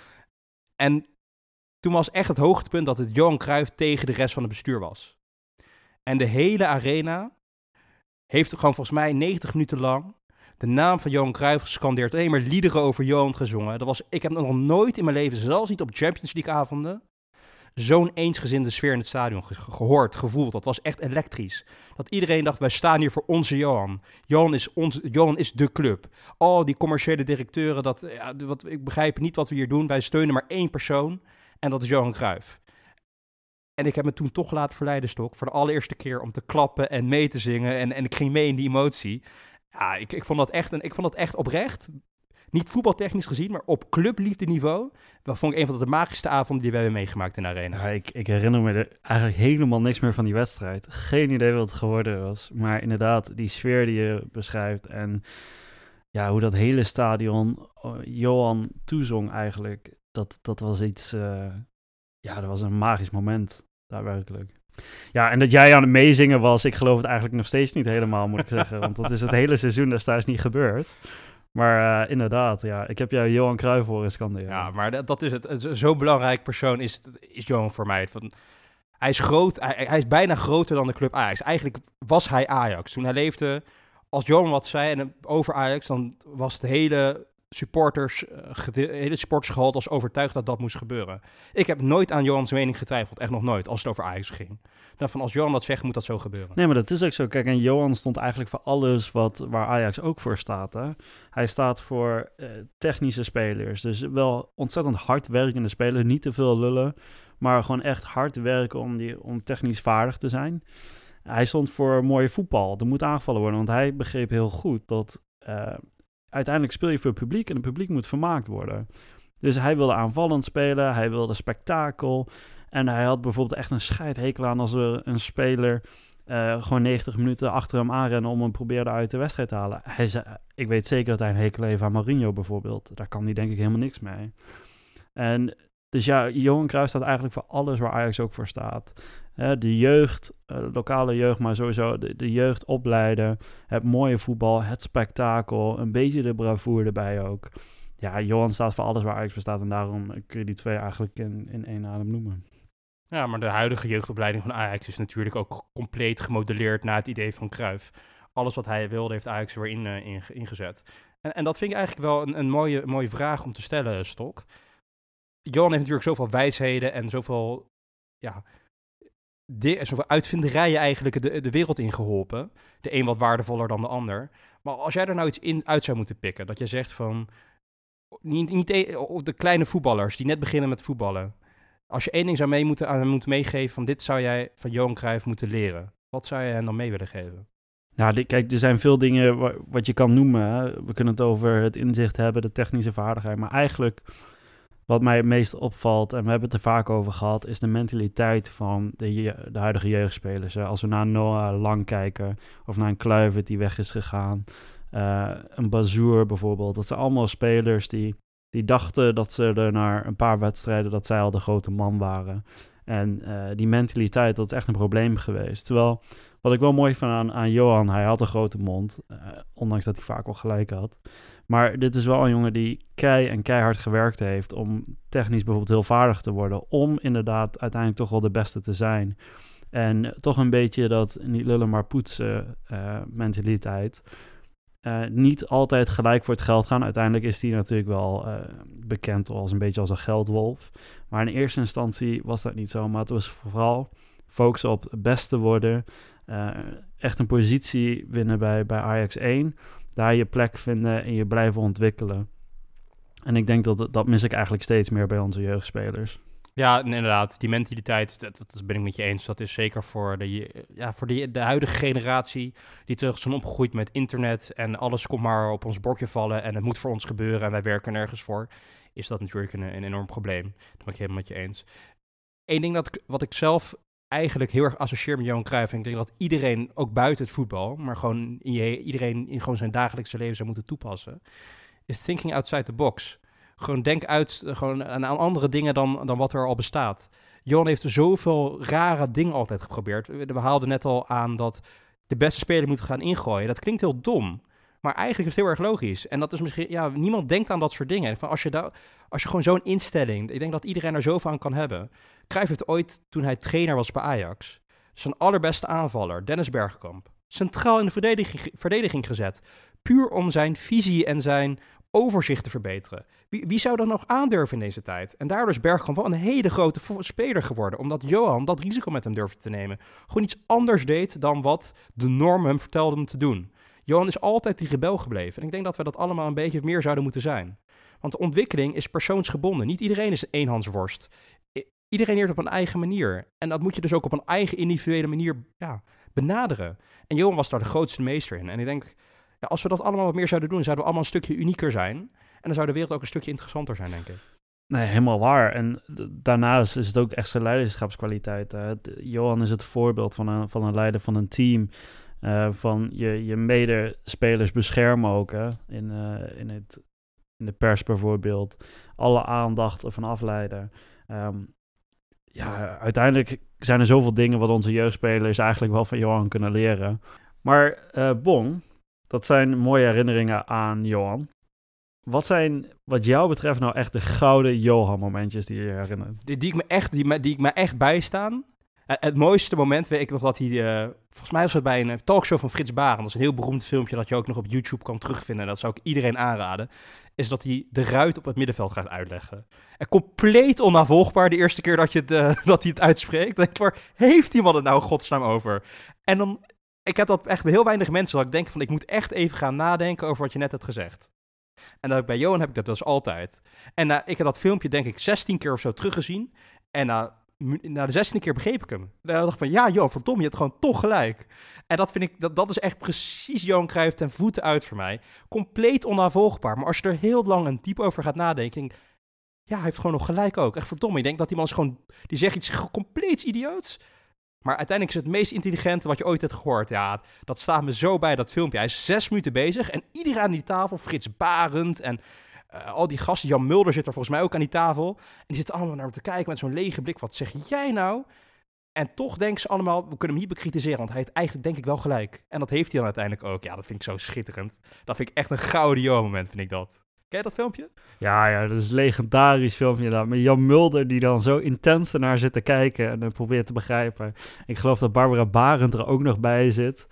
[SPEAKER 1] En toen was echt het hoogtepunt dat het Johan Cruijff tegen de rest van het bestuur was. En de hele arena heeft gewoon volgens mij 90 minuten lang de naam van Johan Cruijff gescandeerd. Alleen maar liederen over Johan gezongen. Ik heb nog nooit in mijn leven, zelfs niet op Champions League avonden, zo'n eensgezinde sfeer in het stadion gehoord, gevoeld. Dat was echt elektrisch. Dat iedereen dacht, wij staan hier voor onze Johan. Johan is de club. Al die commerciële directeuren, ik begrijp niet wat we hier doen. Wij steunen maar één persoon en dat is Johan Cruijff. En ik heb me toen toch laten verleiden, Stok, voor de allereerste keer om te klappen en mee te zingen. En ik ging mee in die emotie. Ja, ik vond dat echt oprecht. Niet voetbaltechnisch gezien, maar op clubliefde niveau. Dat vond ik een van de magische avonden die we hebben meegemaakt in de arena.
[SPEAKER 2] Ja, ik herinner me er eigenlijk helemaal niks meer van die wedstrijd. Geen idee wat het geworden was. Maar inderdaad, die sfeer die je beschrijft en ja, hoe dat hele stadion Johan toezong eigenlijk. dat was iets... dat was een magisch moment, daadwerkelijk. Ja, en dat jij aan het meezingen was, ik geloof het eigenlijk nog steeds niet helemaal, moet ik zeggen. Want dat is het hele seizoen destijds niet gebeurd. Maar inderdaad, ja, ik heb jou Johan Cruijff horen scanderen.
[SPEAKER 1] Ja, maar dat is het. Zo'n belangrijk persoon is Johan voor mij. Hij is groot, hij is bijna groter dan de club Ajax. Eigenlijk was hij Ajax. Toen hij leefde, als Johan wat zei over Ajax, dan was het hele supportersgehalte als overtuigd dat dat moest gebeuren. Ik heb nooit aan Johans mening getwijfeld, echt nog nooit, als het over Ajax ging. Dan van als Johan dat zegt, moet dat zo gebeuren.
[SPEAKER 2] Nee, maar dat is ook zo. Kijk, en Johan stond eigenlijk voor alles waar Ajax ook voor staat. Hè? Hij staat voor technische spelers. Dus wel ontzettend hard werkende spelers. Niet te veel lullen, maar gewoon echt hard werken om technisch vaardig te zijn. Hij stond voor mooie voetbal. Er moet aangevallen worden, want hij begreep heel goed dat uiteindelijk speel je voor het publiek en het publiek moet vermaakt worden. Dus hij wilde aanvallend spelen, hij wilde spektakel. En hij had bijvoorbeeld echt een scheidhekel aan als er een speler gewoon 90 minuten achter hem aanrennen om hem probeerde uit de wedstrijd te halen. Hij zei, ik weet zeker dat hij een hekel heeft aan Mourinho bijvoorbeeld. Daar kan hij denk ik helemaal niks mee. En dus ja, Johan Cruijff staat eigenlijk voor alles waar Ajax ook voor staat. De jeugd, lokale jeugd, maar sowieso de jeugd opleiden. Het mooie voetbal, het spektakel, een beetje de bravoure erbij ook. Ja, Johan staat voor alles waar Ajax voor staat en daarom kun je die twee eigenlijk in één adem noemen.
[SPEAKER 1] Ja, maar de huidige jeugdopleiding van Ajax is natuurlijk ook compleet gemodelleerd naar het idee van Cruijff. Alles wat hij wilde heeft Ajax er weer ingezet. En dat vind ik eigenlijk wel een mooie vraag om te stellen, Stok. Johan heeft natuurlijk zoveel wijsheden en zoveel uitvinderijen eigenlijk de wereld ingeholpen. De een wat waardevoller dan de ander. Maar als jij er nou iets uit zou moeten pikken, dat je zegt van niet de kleine voetballers die net beginnen met voetballen. Als je één ding zou moeten meegeven van dit zou jij van Johan Cruijff moeten leren. Wat zou je hen dan mee willen geven?
[SPEAKER 2] Nou, kijk, er zijn veel dingen wat je kan noemen. Hè. We kunnen het over het inzicht hebben, de technische vaardigheid. Maar eigenlijk wat mij het meest opvalt, en we hebben het er vaak over gehad, is de mentaliteit van de huidige jeugdspelers. Hè. Als we naar Noah Lang kijken, of naar een Kluivert die weg is gegaan. Een Bazoer bijvoorbeeld. Dat zijn allemaal spelers die dachten dat ze er na een paar wedstrijden, dat zij al de grote man waren. En die mentaliteit, dat is echt een probleem geweest. Terwijl, wat ik wel mooi vond aan Johan, hij had een grote mond. Ondanks dat hij vaak wel gelijk had. Maar dit is wel een jongen die keihard gewerkt heeft om technisch bijvoorbeeld heel vaardig te worden. Om inderdaad uiteindelijk toch wel de beste te zijn. En toch een beetje dat niet lullen maar poetsen mentaliteit. Niet altijd gelijk voor het geld gaan. Uiteindelijk is hij natuurlijk wel bekend als een beetje als een geldwolf. Maar in eerste instantie was dat niet zo. Maar het was vooral focussen op het beste worden. Echt een positie winnen bij Ajax 1. Daar je plek vinden en je blijven ontwikkelen. En ik denk dat mis ik eigenlijk steeds meer bij onze jeugdspelers.
[SPEAKER 1] Ja, inderdaad. Die mentaliteit, dat ben ik met je eens. Dat is zeker voor de huidige generatie die terug zijn opgegroeid met internet en alles komt maar op ons bordje vallen en het moet voor ons gebeuren en wij werken nergens voor. Is dat natuurlijk een enorm probleem. Dat ben ik helemaal met je eens. Eén ding wat ik zelf eigenlijk heel erg associeer met Johan Cruijff, en ik denk dat iedereen, ook buiten het voetbal, maar gewoon iedereen in gewoon zijn dagelijkse leven zou moeten toepassen, is thinking outside the box. Gewoon denk aan andere dingen dan wat er al bestaat. Johan heeft zoveel rare dingen altijd geprobeerd. We haalden net al aan dat de beste speler moet gaan ingooien. Dat klinkt heel dom, maar eigenlijk is het heel erg logisch. En dat is misschien, niemand denkt aan dat soort dingen. Van als je gewoon zo'n instelling, ik denk dat iedereen er zoveel aan kan hebben. Cruijff heeft ooit, toen hij trainer was bij Ajax, zijn allerbeste aanvaller, Dennis Bergkamp, centraal in de verdediging gezet. Puur om zijn visie en zijn overzicht te verbeteren. Wie zou dat nog aandurven in deze tijd? En daardoor is Bergkamp wel een hele grote speler geworden, omdat Johan dat risico met hem durfde te nemen. Gewoon iets anders deed dan wat de norm hem vertelde hem te doen. Johan is altijd die rebel gebleven. En ik denk dat we dat allemaal een beetje meer zouden moeten zijn. Want de ontwikkeling is persoonsgebonden. Niet iedereen is een eenhandsworst. Iedereen leert op een eigen manier. En dat moet je dus ook op een eigen individuele manier benaderen. En Johan was daar de grootste meester in. En ik denk, als we dat allemaal wat meer zouden doen, zouden we allemaal een stukje unieker zijn. En dan zou de wereld ook een stukje interessanter zijn, denk ik.
[SPEAKER 2] Nee, helemaal waar. En daarnaast is het ook echt zijn leiderschapskwaliteit. Johan is het voorbeeld van een leider van een team. Van je medespelers beschermen ook. Hè? In het in de pers bijvoorbeeld. Alle aandacht ervan afleiden. Uiteindelijk zijn er zoveel dingen wat onze jeugdspelers eigenlijk wel van Johan kunnen leren. Maar Bong, dat zijn mooie herinneringen aan Johan. Wat zijn, wat jou betreft, nou echt de gouden Johan-momentjes die je herinnert?
[SPEAKER 1] Die ik me echt bijstaan. Het mooiste moment weet ik nog dat hij... volgens mij was het bij een talkshow van Frits Barend. Dat is een heel beroemd filmpje dat je ook nog op YouTube kan terugvinden. En dat zou ik iedereen aanraden. Is dat hij de ruit op het middenveld gaat uitleggen. En compleet onnavolgbaar de eerste keer dat hij het uitspreekt. Dan denk ik, waar heeft die man het nou godsnaam over? En dan... Ik heb dat echt bij heel weinig mensen dat ik denk van... Ik moet echt even gaan nadenken over wat je net hebt gezegd. En dat bij Johan heb ik dat dus altijd. En ik heb dat filmpje denk ik 16 keer of zo teruggezien. En na de 16e keer begreep ik hem. Dan dacht ik van, ja Johan, verdomme, je hebt gewoon toch gelijk. En dat vind ik, dat is echt precies Johan Cruijff ten voeten uit voor mij. Compleet onnavolgbaar. Maar als je er heel lang en diep over gaat nadenken... Ja, hij heeft gewoon nog gelijk ook. Echt verdomme, ik denk dat die man is gewoon... Die zegt iets compleet idioots... Maar uiteindelijk is het meest intelligente wat je ooit hebt gehoord. Ja, dat staat me zo bij, dat filmpje. Hij is 6 minuten bezig en iedereen aan die tafel, Frits Barend en al die gasten, Jan Mulder zit er volgens mij ook aan die tafel. En die zitten allemaal naar hem te kijken met zo'n lege blik. Wat zeg jij nou? En toch denken ze allemaal, we kunnen hem niet bekritiseren, want hij heeft eigenlijk denk ik wel gelijk. En dat heeft hij dan uiteindelijk ook. Ja, dat vind ik zo schitterend. Dat vind ik echt een gouden Johan-moment, vind ik dat. Ken je dat filmpje?
[SPEAKER 2] Ja, dat is een legendarisch filmpje daar. Met Jan Mulder die dan zo intens ernaar zit te kijken en probeert te begrijpen. Ik geloof dat Barbara Barend er ook nog bij zit.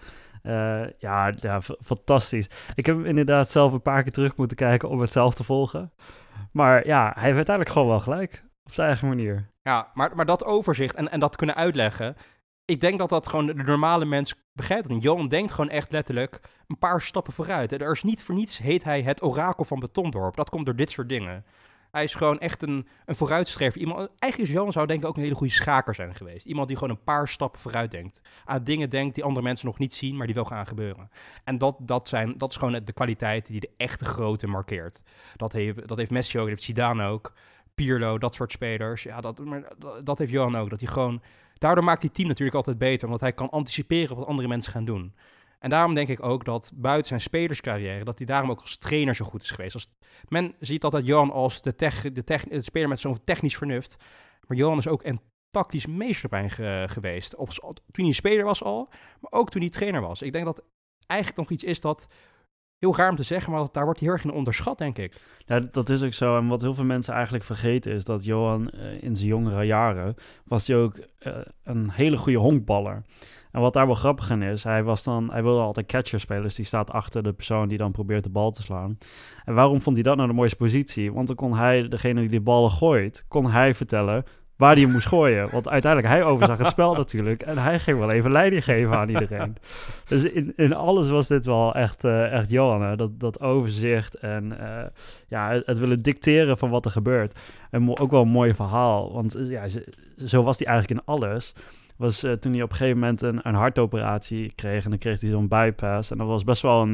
[SPEAKER 2] Fantastisch. Ik heb hem inderdaad zelf een paar keer terug moeten kijken om het zelf te volgen. Maar ja, hij heeft uiteindelijk gewoon wel gelijk. Op zijn eigen manier.
[SPEAKER 1] Ja, maar dat overzicht en dat kunnen uitleggen... Ik denk dat dat gewoon de normale mens begrijpt. En Johan denkt gewoon echt letterlijk een paar stappen vooruit. Er is niet voor niets, heet hij het orakel van Betondorp. Dat komt door dit soort dingen. Hij is gewoon echt een vooruitstrever. Eigenlijk is Johan, zou denk ik ook een hele goede schaker zijn geweest. Iemand die gewoon een paar stappen vooruit denkt. Aan dingen denkt die andere mensen nog niet zien, maar die wel gaan gebeuren. En dat is gewoon de kwaliteit die de echte grote markeert. Dat heeft Messi ook, dat heeft Zidane ook. Pirlo, dat soort spelers. Ja, dat heeft Johan ook. Dat hij gewoon... Daardoor maakt die team natuurlijk altijd beter, omdat hij kan anticiperen op wat andere mensen gaan doen. En daarom denk ik ook dat buiten zijn spelerscarrière, dat hij daarom ook als trainer zo goed is geweest. Men ziet altijd Johan als de speler met zo'n technisch vernuft. Maar Johan is ook een tactisch meesterbrein geweest. Toen hij speler was al, maar ook toen hij trainer was. Ik denk dat eigenlijk nog iets is dat... Heel raar om te zeggen, maar daar wordt hij heel erg in onderschat, denk ik.
[SPEAKER 2] Ja, dat is ook zo. En wat heel veel mensen eigenlijk vergeten is dat Johan in zijn jongere jaren... was hij ook een hele goede honkballer. En wat daar wel grappig aan is, hij wilde altijd catcher spelen. Dus die staat achter de persoon die dan probeert de bal te slaan. En waarom vond hij dat nou de mooiste positie? Want dan kon hij, degene die de ballen gooit, kon hij vertellen... waar hij hem moest gooien. Want uiteindelijk, hij overzag het spel natuurlijk. En hij ging wel even leiding geven aan iedereen. Dus in alles was dit wel echt Johan. Hè? Dat overzicht en het willen dicteren van wat er gebeurt. En ook wel een mooi verhaal. Want zo was hij eigenlijk in alles. Was toen hij op een gegeven moment een hartoperatie kreeg. En dan kreeg hij zo'n bypass. En dat was best wel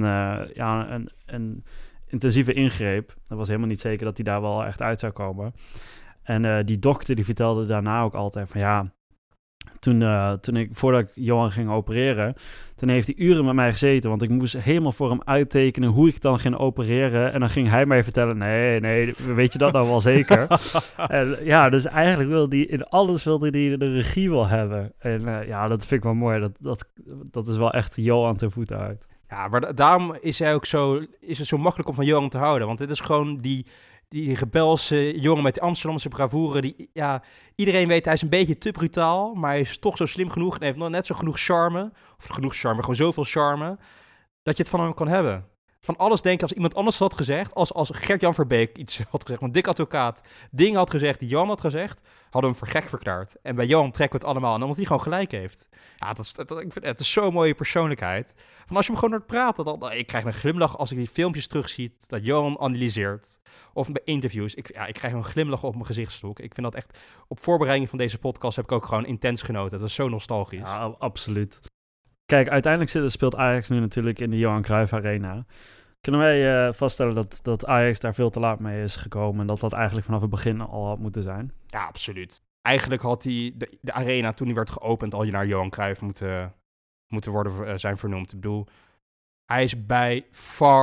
[SPEAKER 2] een intensieve ingreep. Dat was helemaal niet zeker dat hij daar wel echt uit zou komen. En die dokter die vertelde daarna ook altijd van ja, voordat ik Johan ging opereren, toen heeft hij uren met mij gezeten, want ik moest helemaal voor hem uittekenen hoe ik dan ging opereren. En dan ging hij mij vertellen, nee, weet je dat nou wel zeker? En, dus eigenlijk wilde hij, in alles wilde hij de regie wel hebben. En dat vind ik wel mooi, dat is wel echt Johan ten voeten uit.
[SPEAKER 1] Ja, maar daarom is het zo makkelijk om van Johan te houden, want dit is gewoon die rebelse jongen met die Amsterdamse bravoure. Iedereen weet, hij is een beetje te brutaal, maar hij is toch zo slim genoeg en heeft nog net zo genoeg charme. Of genoeg charme, gewoon zoveel charme, dat je het van hem kan hebben. Van alles denken, als iemand anders had gezegd, als Gert-Jan Verbeek iets had gezegd, want Dick Advocaat dingen had gezegd die Johan had gezegd, hadden we hem voor gek verklaard. En bij Johan trekken we het allemaal aan, omdat hij gewoon gelijk heeft. Ja, ik vind het is zo'n mooie persoonlijkheid. Van als je hem gewoon hoort praten, ik krijg een glimlach als ik die filmpjes terugzie dat Johan analyseert. Of bij interviews. Ik krijg een glimlach op mijn gezichtshoek. Ik vind dat echt, op voorbereiding van deze podcast heb ik ook gewoon intens genoten. Dat is zo nostalgisch.
[SPEAKER 2] Ja, absoluut. Kijk, uiteindelijk speelt Ajax nu natuurlijk in de Johan Cruijff Arena. Kunnen wij vaststellen dat Ajax daar veel te laat mee is gekomen en dat eigenlijk vanaf het begin al had moeten zijn?
[SPEAKER 1] Ja, absoluut. Eigenlijk had hij de arena toen die werd geopend al naar Johan Cruijff moeten zijn vernoemd. Ik bedoel, hij is bij far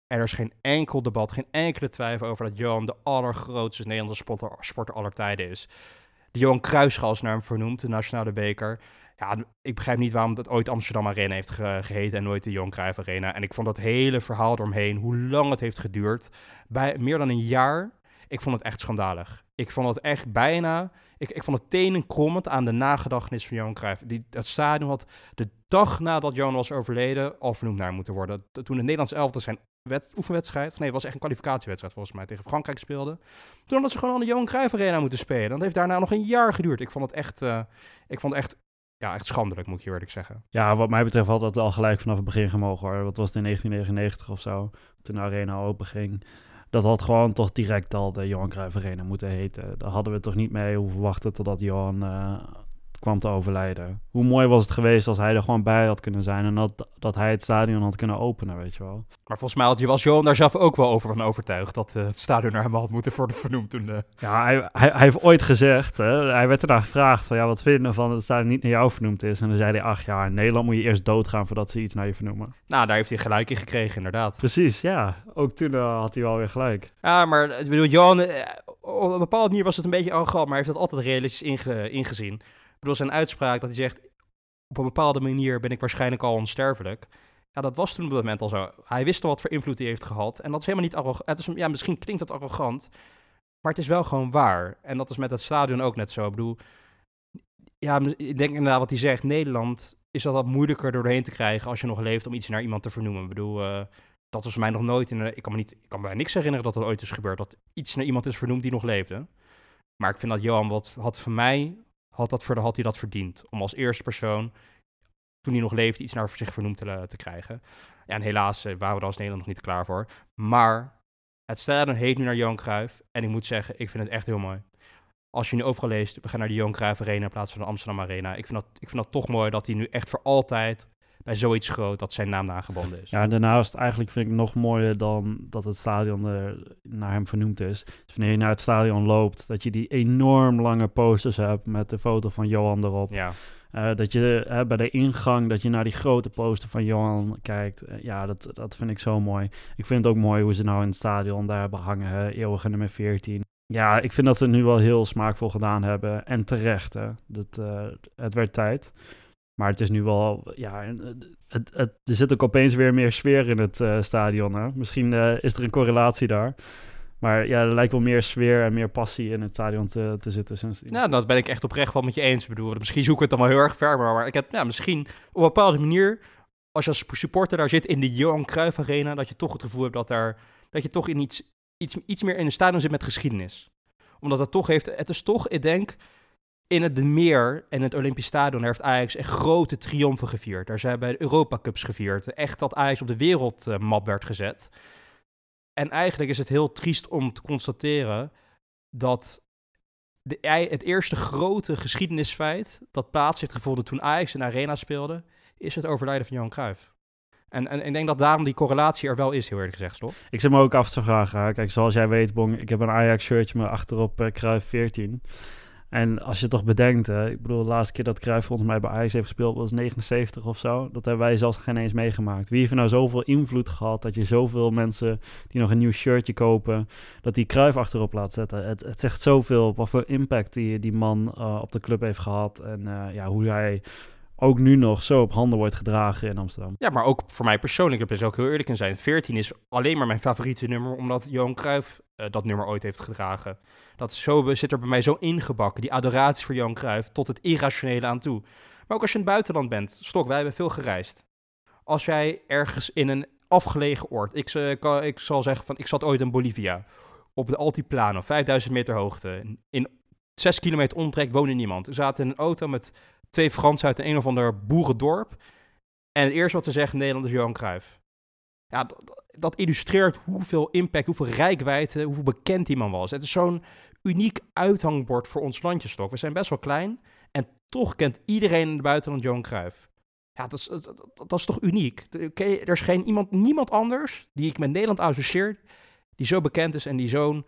[SPEAKER 1] En er is geen enkel debat, geen enkele twijfel over dat Johan de allergrootste Nederlandse sporter aller tijden is. De Johan Cruijffschaal is naar hem vernoemd, de nationale beker. Ja, ik begrijp niet waarom dat ooit Amsterdam Arena heeft geheten en nooit de Johan Cruijff Arena. En ik vond dat hele verhaal eromheen, hoe lang het heeft geduurd, bij meer dan een jaar. Ik vond het echt schandalig. Ik vond het echt bijna... Ik vond het tenenkrommend aan de nagedachtenis van Johan Cruijff. Het stadion had de dag nadat Johan was overleden al vernoemd naar hem moeten worden. Toen de Nederlandse elftal zijn oefenwedstrijd... Nee, het was echt een kwalificatiewedstrijd volgens mij tegen Frankrijk speelde. Toen hadden ze gewoon aan de Johan Cruijff Arena moeten spelen. Dat heeft daarna nog een jaar geduurd. Ik vond het echt schandelijk, moet je eerlijk zeggen.
[SPEAKER 2] Ja, wat mij betreft had dat al gelijk vanaf het begin gemogen hoor. Wat was het in 1999 of zo, toen de arena open ging. Dat had gewoon toch direct al de Johan Cruijff Arena moeten heten. Daar hadden we toch niet mee hoeven wachten totdat Johan kwam te overlijden. Hoe mooi was het geweest als hij er gewoon bij had kunnen zijn en dat hij het stadion had kunnen openen, weet je wel.
[SPEAKER 1] Maar volgens mij was Johan daar zelf ook wel van overtuigd dat het stadion naar hem had moeten worden vernoemd toen.
[SPEAKER 2] Ja, hij heeft ooit gezegd, hij werd ernaar gevraagd van ja, wat vind je ervan dat het stadion niet naar jou vernoemd is? En dan zei hij, ach ja, in Nederland moet je eerst doodgaan voordat ze iets naar je vernoemen.
[SPEAKER 1] Nou, daar heeft hij gelijk in gekregen, inderdaad.
[SPEAKER 2] Precies, ja. Ook toen had hij wel weer gelijk.
[SPEAKER 1] Ja, maar ik bedoel, Johan, op een bepaalde manier was het een beetje arrogant, maar hij heeft dat altijd realistisch ingezien. Ik bedoel, zijn uitspraak dat hij zegt, op een bepaalde manier ben ik waarschijnlijk al onsterfelijk. Ja, dat was toen op dat moment al zo. Hij wist al wat voor invloed hij heeft gehad. En dat is helemaal niet arrogant. Ja, misschien klinkt dat arrogant, maar het is wel gewoon waar. En dat is met het stadion ook net zo. Ik bedoel, ja, ik denk inderdaad wat hij zegt. Nederland is dat wat moeilijker doorheen te krijgen als je nog leeft om iets naar iemand te vernoemen. Ik bedoel, dat was voor mij nog nooit ik kan me bij niks herinneren dat dat ooit is gebeurd. Dat iets naar iemand is vernoemd die nog leefde. Maar ik vind dat Johan had hij dat verdiend. Om als eerste persoon, toen hij nog leefde, iets naar zich vernoemd te krijgen. Ja, en helaas waren we er als Nederland nog niet klaar voor. Maar het stadion heet nu naar Johan Cruijff. En ik moet zeggen, ik vind het echt heel mooi. Als je nu overal leest, we gaan naar de Johan Cruijff Arena in plaats van de Amsterdam Arena. Ik vind dat toch mooi dat hij nu echt voor altijd bij zoiets groot, dat zijn naam nagebonden is.
[SPEAKER 2] Ja, en daarnaast eigenlijk vind ik nog mooier dan dat het stadion naar hem vernoemd is. Dus wanneer je naar het stadion loopt, dat je die enorm lange posters hebt met de foto van Johan erop.
[SPEAKER 1] Ja.
[SPEAKER 2] Dat je bij de ingang, dat je naar die grote poster van Johan kijkt. Ja, dat vind ik zo mooi. Ik vind het ook mooi hoe ze nou in het stadion daar hebben hangen, eeuwige nummer 14. Ja, ik vind dat ze het nu wel heel smaakvol gedaan hebben. En terecht, hè. Het werd tijd. Maar het is nu wel, ja, er zit ook opeens weer meer sfeer in het stadion. Hè? Misschien is er een correlatie daar. Maar ja, er lijkt wel meer sfeer en meer passie in het stadion te zitten sindsdien.
[SPEAKER 1] Nou, dat ben ik echt oprecht wel met je eens. Ik bedoel, misschien zoek ik het dan wel heel erg ver, maar ik heb misschien op een bepaalde manier, als je als supporter daar zit in de Johan Cruijff Arena, dat je toch het gevoel hebt dat je toch in iets meer in een stadion zit met geschiedenis. Omdat het is toch, ik denk, in het De Meer en het Olympisch Stadion heeft Ajax echt grote triomfen gevierd. Daar zijn bij de Europa Cups gevierd. Echt dat Ajax op de wereldmap werd gezet. En eigenlijk is het heel triest om te constateren dat het eerste grote geschiedenisfeit dat plaats heeft gevonden toen Ajax in de Arena speelde, is het overlijden van Johan Cruijff. En ik denk dat daarom die correlatie er wel is, heel eerlijk gezegd, toch?
[SPEAKER 2] Ik zit me ook af te vragen. Kijk, zoals jij weet, Bong, ik heb een Ajax-shirtje met achterop Cruijff 14. En als je toch bedenkt, ik bedoel, de laatste keer dat Cruijff volgens mij bij Ajax heeft gespeeld was 79 of zo. Dat hebben wij zelfs geen eens meegemaakt. Wie heeft nou zoveel invloed gehad dat je zoveel mensen die nog een nieuw shirtje kopen, dat die Cruijff achterop laat zetten? Het zegt zoveel wat voor impact die man op de club heeft gehad. En hoe hij ook nu nog zo op handen wordt gedragen in Amsterdam.
[SPEAKER 1] Ja, maar ook voor mij persoonlijk, ik heb er ook heel eerlijk in zijn. 14 is alleen maar mijn favoriete nummer, omdat Johan Cruijff dat nummer ooit heeft gedragen. Zit er bij mij zo ingebakken, die adoratie voor Johan Cruijff, tot het irrationele aan toe. Maar ook als je in het buitenland bent, Stok, wij hebben veel gereisd. Als jij ergens in een afgelegen oord, ik zal zeggen van, ik zat ooit in Bolivia, op de Altiplano, 5000 meter hoogte. In 6 kilometer omtrek woonde niemand. We zaten in een auto met 2 Fransen uit een of ander boerendorp. En het eerste wat ze zeggen in Nederland is Johan Cruijff. Ja, dat illustreert hoeveel impact, hoeveel reikwijdte, hoeveel bekend die man was. Het is zo'n uniek uithangbord voor ons landje, Stok. We zijn best wel klein en toch kent iedereen in het buitenland Johan Cruijff. Ja, dat is toch uniek? Er is niemand anders die ik met Nederland associeer, die zo bekend is en die zo'n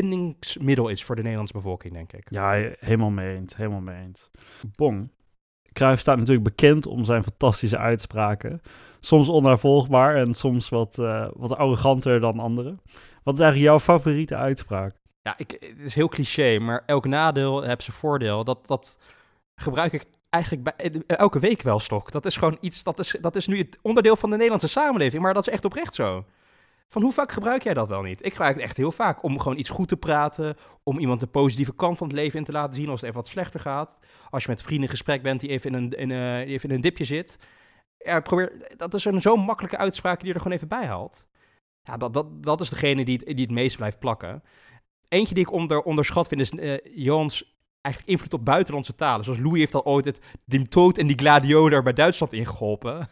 [SPEAKER 1] verbindingsmiddel is voor de Nederlandse bevolking, denk ik.
[SPEAKER 2] Ja, helemaal mee eens. Bong, Cruijff staat natuurlijk bekend om zijn fantastische uitspraken. Soms onnavolgbaar en soms wat arroganter dan anderen. Wat is eigenlijk jouw favoriete uitspraak?
[SPEAKER 1] Ja, het is heel cliché, maar elk nadeel heeft zijn voordeel. Dat gebruik ik eigenlijk bij elke week wel, Stok. Dat is gewoon iets, dat is nu het onderdeel van de Nederlandse samenleving, maar dat is echt oprecht zo. Van hoe vaak gebruik jij dat wel niet? Ik gebruik het echt heel vaak om gewoon iets goed te praten, om iemand de positieve kant van het leven in te laten zien als het even wat slechter gaat. Als je met vrienden in gesprek bent die even in een dipje zit. Ja, dat is zo'n makkelijke uitspraak die je er gewoon even bij haalt. Ja, dat is degene die het meest blijft plakken. Eentje die ik onderschat vind is Johans eigenlijk invloed op buitenlandse talen. Zoals Louis heeft al ooit die Tod en die Gladiator bij Duitsland ingeholpen.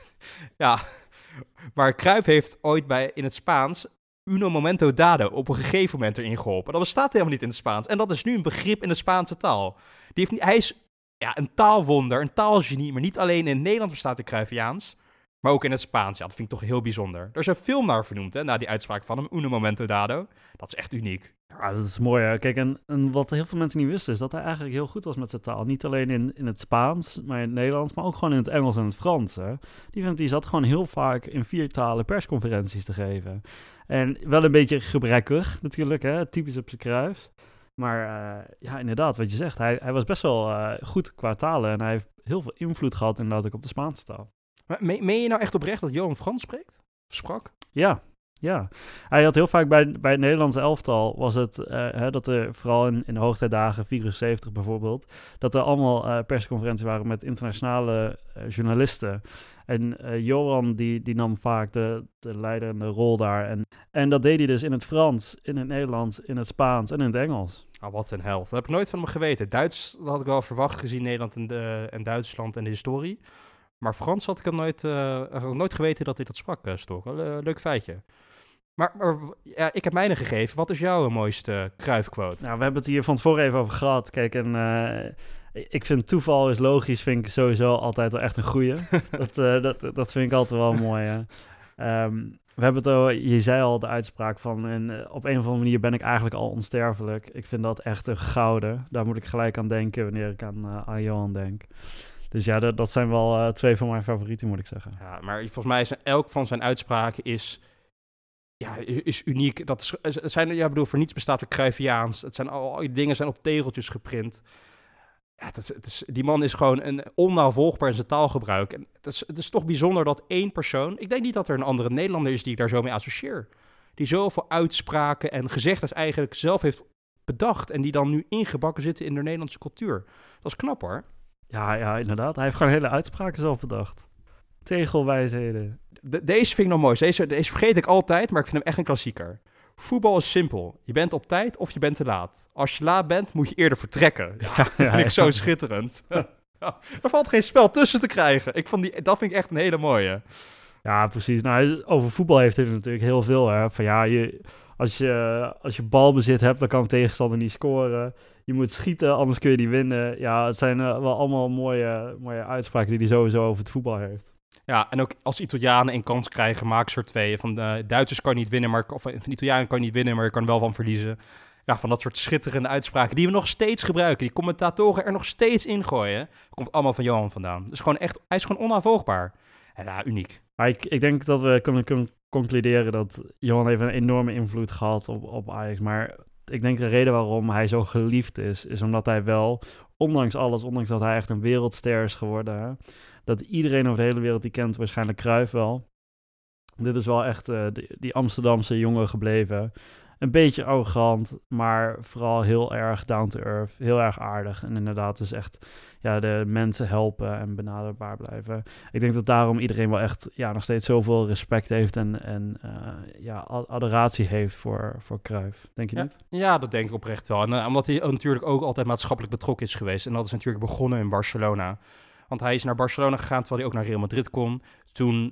[SPEAKER 1] Ja, maar Cruijff heeft ooit in het Spaans uno momento dado op een gegeven moment erin geholpen. Dat bestaat helemaal niet in het Spaans. En dat is nu een begrip in de Spaanse taal. Hij is een taalwonder, een taalgenie, maar niet alleen in Nederland bestaat de Cruyffiaans, maar ook in het Spaans. Ja, dat vind ik toch heel bijzonder. Er is een film naar vernoemd, hè, na die uitspraak van hem, uno momento dado. Dat is echt uniek.
[SPEAKER 2] Ja, dat is mooi. Hè? Kijk, en wat heel veel mensen niet wisten, is dat hij eigenlijk heel goed was met zijn taal. Niet alleen in het Spaans, maar in het Nederlands, maar ook gewoon in het Engels en het Frans. Hè? Die zat gewoon heel vaak in 4 talen persconferenties te geven. En wel een beetje gebrekkig natuurlijk, hè? Typisch op zijn Cruijff. Maar ja, inderdaad, wat je zegt, hij was best wel goed qua talen en hij heeft heel veel invloed gehad inderdaad ook op de Spaanse taal.
[SPEAKER 1] Maar meen je nou echt oprecht dat Johan Frans sprak?
[SPEAKER 2] Ja. Hij had heel vaak bij het Nederlandse elftal was het dat er vooral in de hoogtijdagen, 74 bijvoorbeeld, dat er allemaal persconferenties waren met internationale journalisten. En Johan die nam vaak de leidende rol daar. En dat deed hij dus in het Frans, in het Nederlands, in het Spaans en in het Engels.
[SPEAKER 1] Oh, wat een held. Dat heb ik nooit van hem geweten. Duits dat had ik wel verwacht gezien Nederland en Duitsland en de historie. Maar Frans had ik hem nooit geweten dat hij dat sprak, Stok. Leuk feitje. Maar ja, ik heb mijne gegeven. Wat is jouw mooiste Cruijff-quote?
[SPEAKER 2] Nou, we hebben het hier van tevoren even over gehad. Kijk, ik vind toeval is logisch, vind ik sowieso altijd wel echt een goeie. dat vind ik altijd wel mooi. Hè. We hebben het al, je zei al de uitspraak van, en op een of andere manier ben ik eigenlijk al onsterfelijk. Ik vind dat echt een gouden. Daar moet ik gelijk aan denken wanneer ik aan Johan denk. Dus ja, dat zijn wel 2 van mijn favorieten, moet ik zeggen.
[SPEAKER 1] Ja, maar volgens mij is elk van zijn uitspraken is uniek. Voor niets bestaat er Cruyffiaans. Al die dingen zijn op tegeltjes geprint. Ja, die man is gewoon een onnavolgbaar in zijn taalgebruik. En het is toch bijzonder dat één persoon... Ik denk niet dat er een andere Nederlander is die ik daar zo mee associeer. Die zoveel uitspraken en gezegdes eigenlijk zelf heeft bedacht. En die dan nu ingebakken zitten in de Nederlandse cultuur. Dat is knap, hoor.
[SPEAKER 2] Ja, inderdaad. Hij heeft gewoon hele uitspraken zelf bedacht. Tegelwijsheden.
[SPEAKER 1] Deze vind ik nog mooi. Deze vergeet ik altijd, maar ik vind hem echt een klassieker. Voetbal is simpel. Je bent op tijd of je bent te laat. Als je laat bent, moet je eerder vertrekken. Ja, dat vind ik zo schitterend. Er valt geen spel tussen te krijgen. Dat vind ik echt een hele mooie.
[SPEAKER 2] Ja, precies. Nou, over voetbal heeft hij natuurlijk heel veel. Hè. Van ja, als je balbezit hebt, dan kan de tegenstander niet scoren. Je moet schieten, anders kun je die winnen. Ja, het zijn wel allemaal mooie uitspraken die hij sowieso over het voetbal heeft.
[SPEAKER 1] Ja, en ook als Italianen een kans krijgen, maak soort 2. Van de Duitsers kan je niet winnen, of van Italianen kan je niet winnen, maar je kan er wel van verliezen. Ja, van dat soort schitterende uitspraken die we nog steeds gebruiken. Die commentatoren er nog steeds in gooien. Dat komt allemaal van Johan vandaan. Dus gewoon echt, hij is gewoon onnavolgbaar. Ja, uniek.
[SPEAKER 2] Maar ik denk dat we kunnen concluderen dat Johan heeft een enorme invloed gehad op Ajax. Maar ik denk de reden waarom hij zo geliefd is omdat hij wel, ondanks alles, ondanks dat hij echt een wereldster is geworden, hè, dat iedereen over de hele wereld die kent, waarschijnlijk Cruijff wel. Dit is wel echt die Amsterdamse jongen gebleven. Een beetje arrogant, maar vooral heel erg down to earth. Heel erg aardig. En inderdaad dus echt de mensen helpen en benaderbaar blijven. Ik denk dat daarom iedereen wel echt nog steeds zoveel respect heeft en adoratie heeft voor Cruijff. Denk je niet?
[SPEAKER 1] Ja, dat denk ik oprecht wel. En omdat hij natuurlijk ook altijd maatschappelijk betrokken is geweest. En dat is natuurlijk begonnen in Barcelona. Want hij is naar Barcelona gegaan terwijl hij ook naar Real Madrid kon. Toen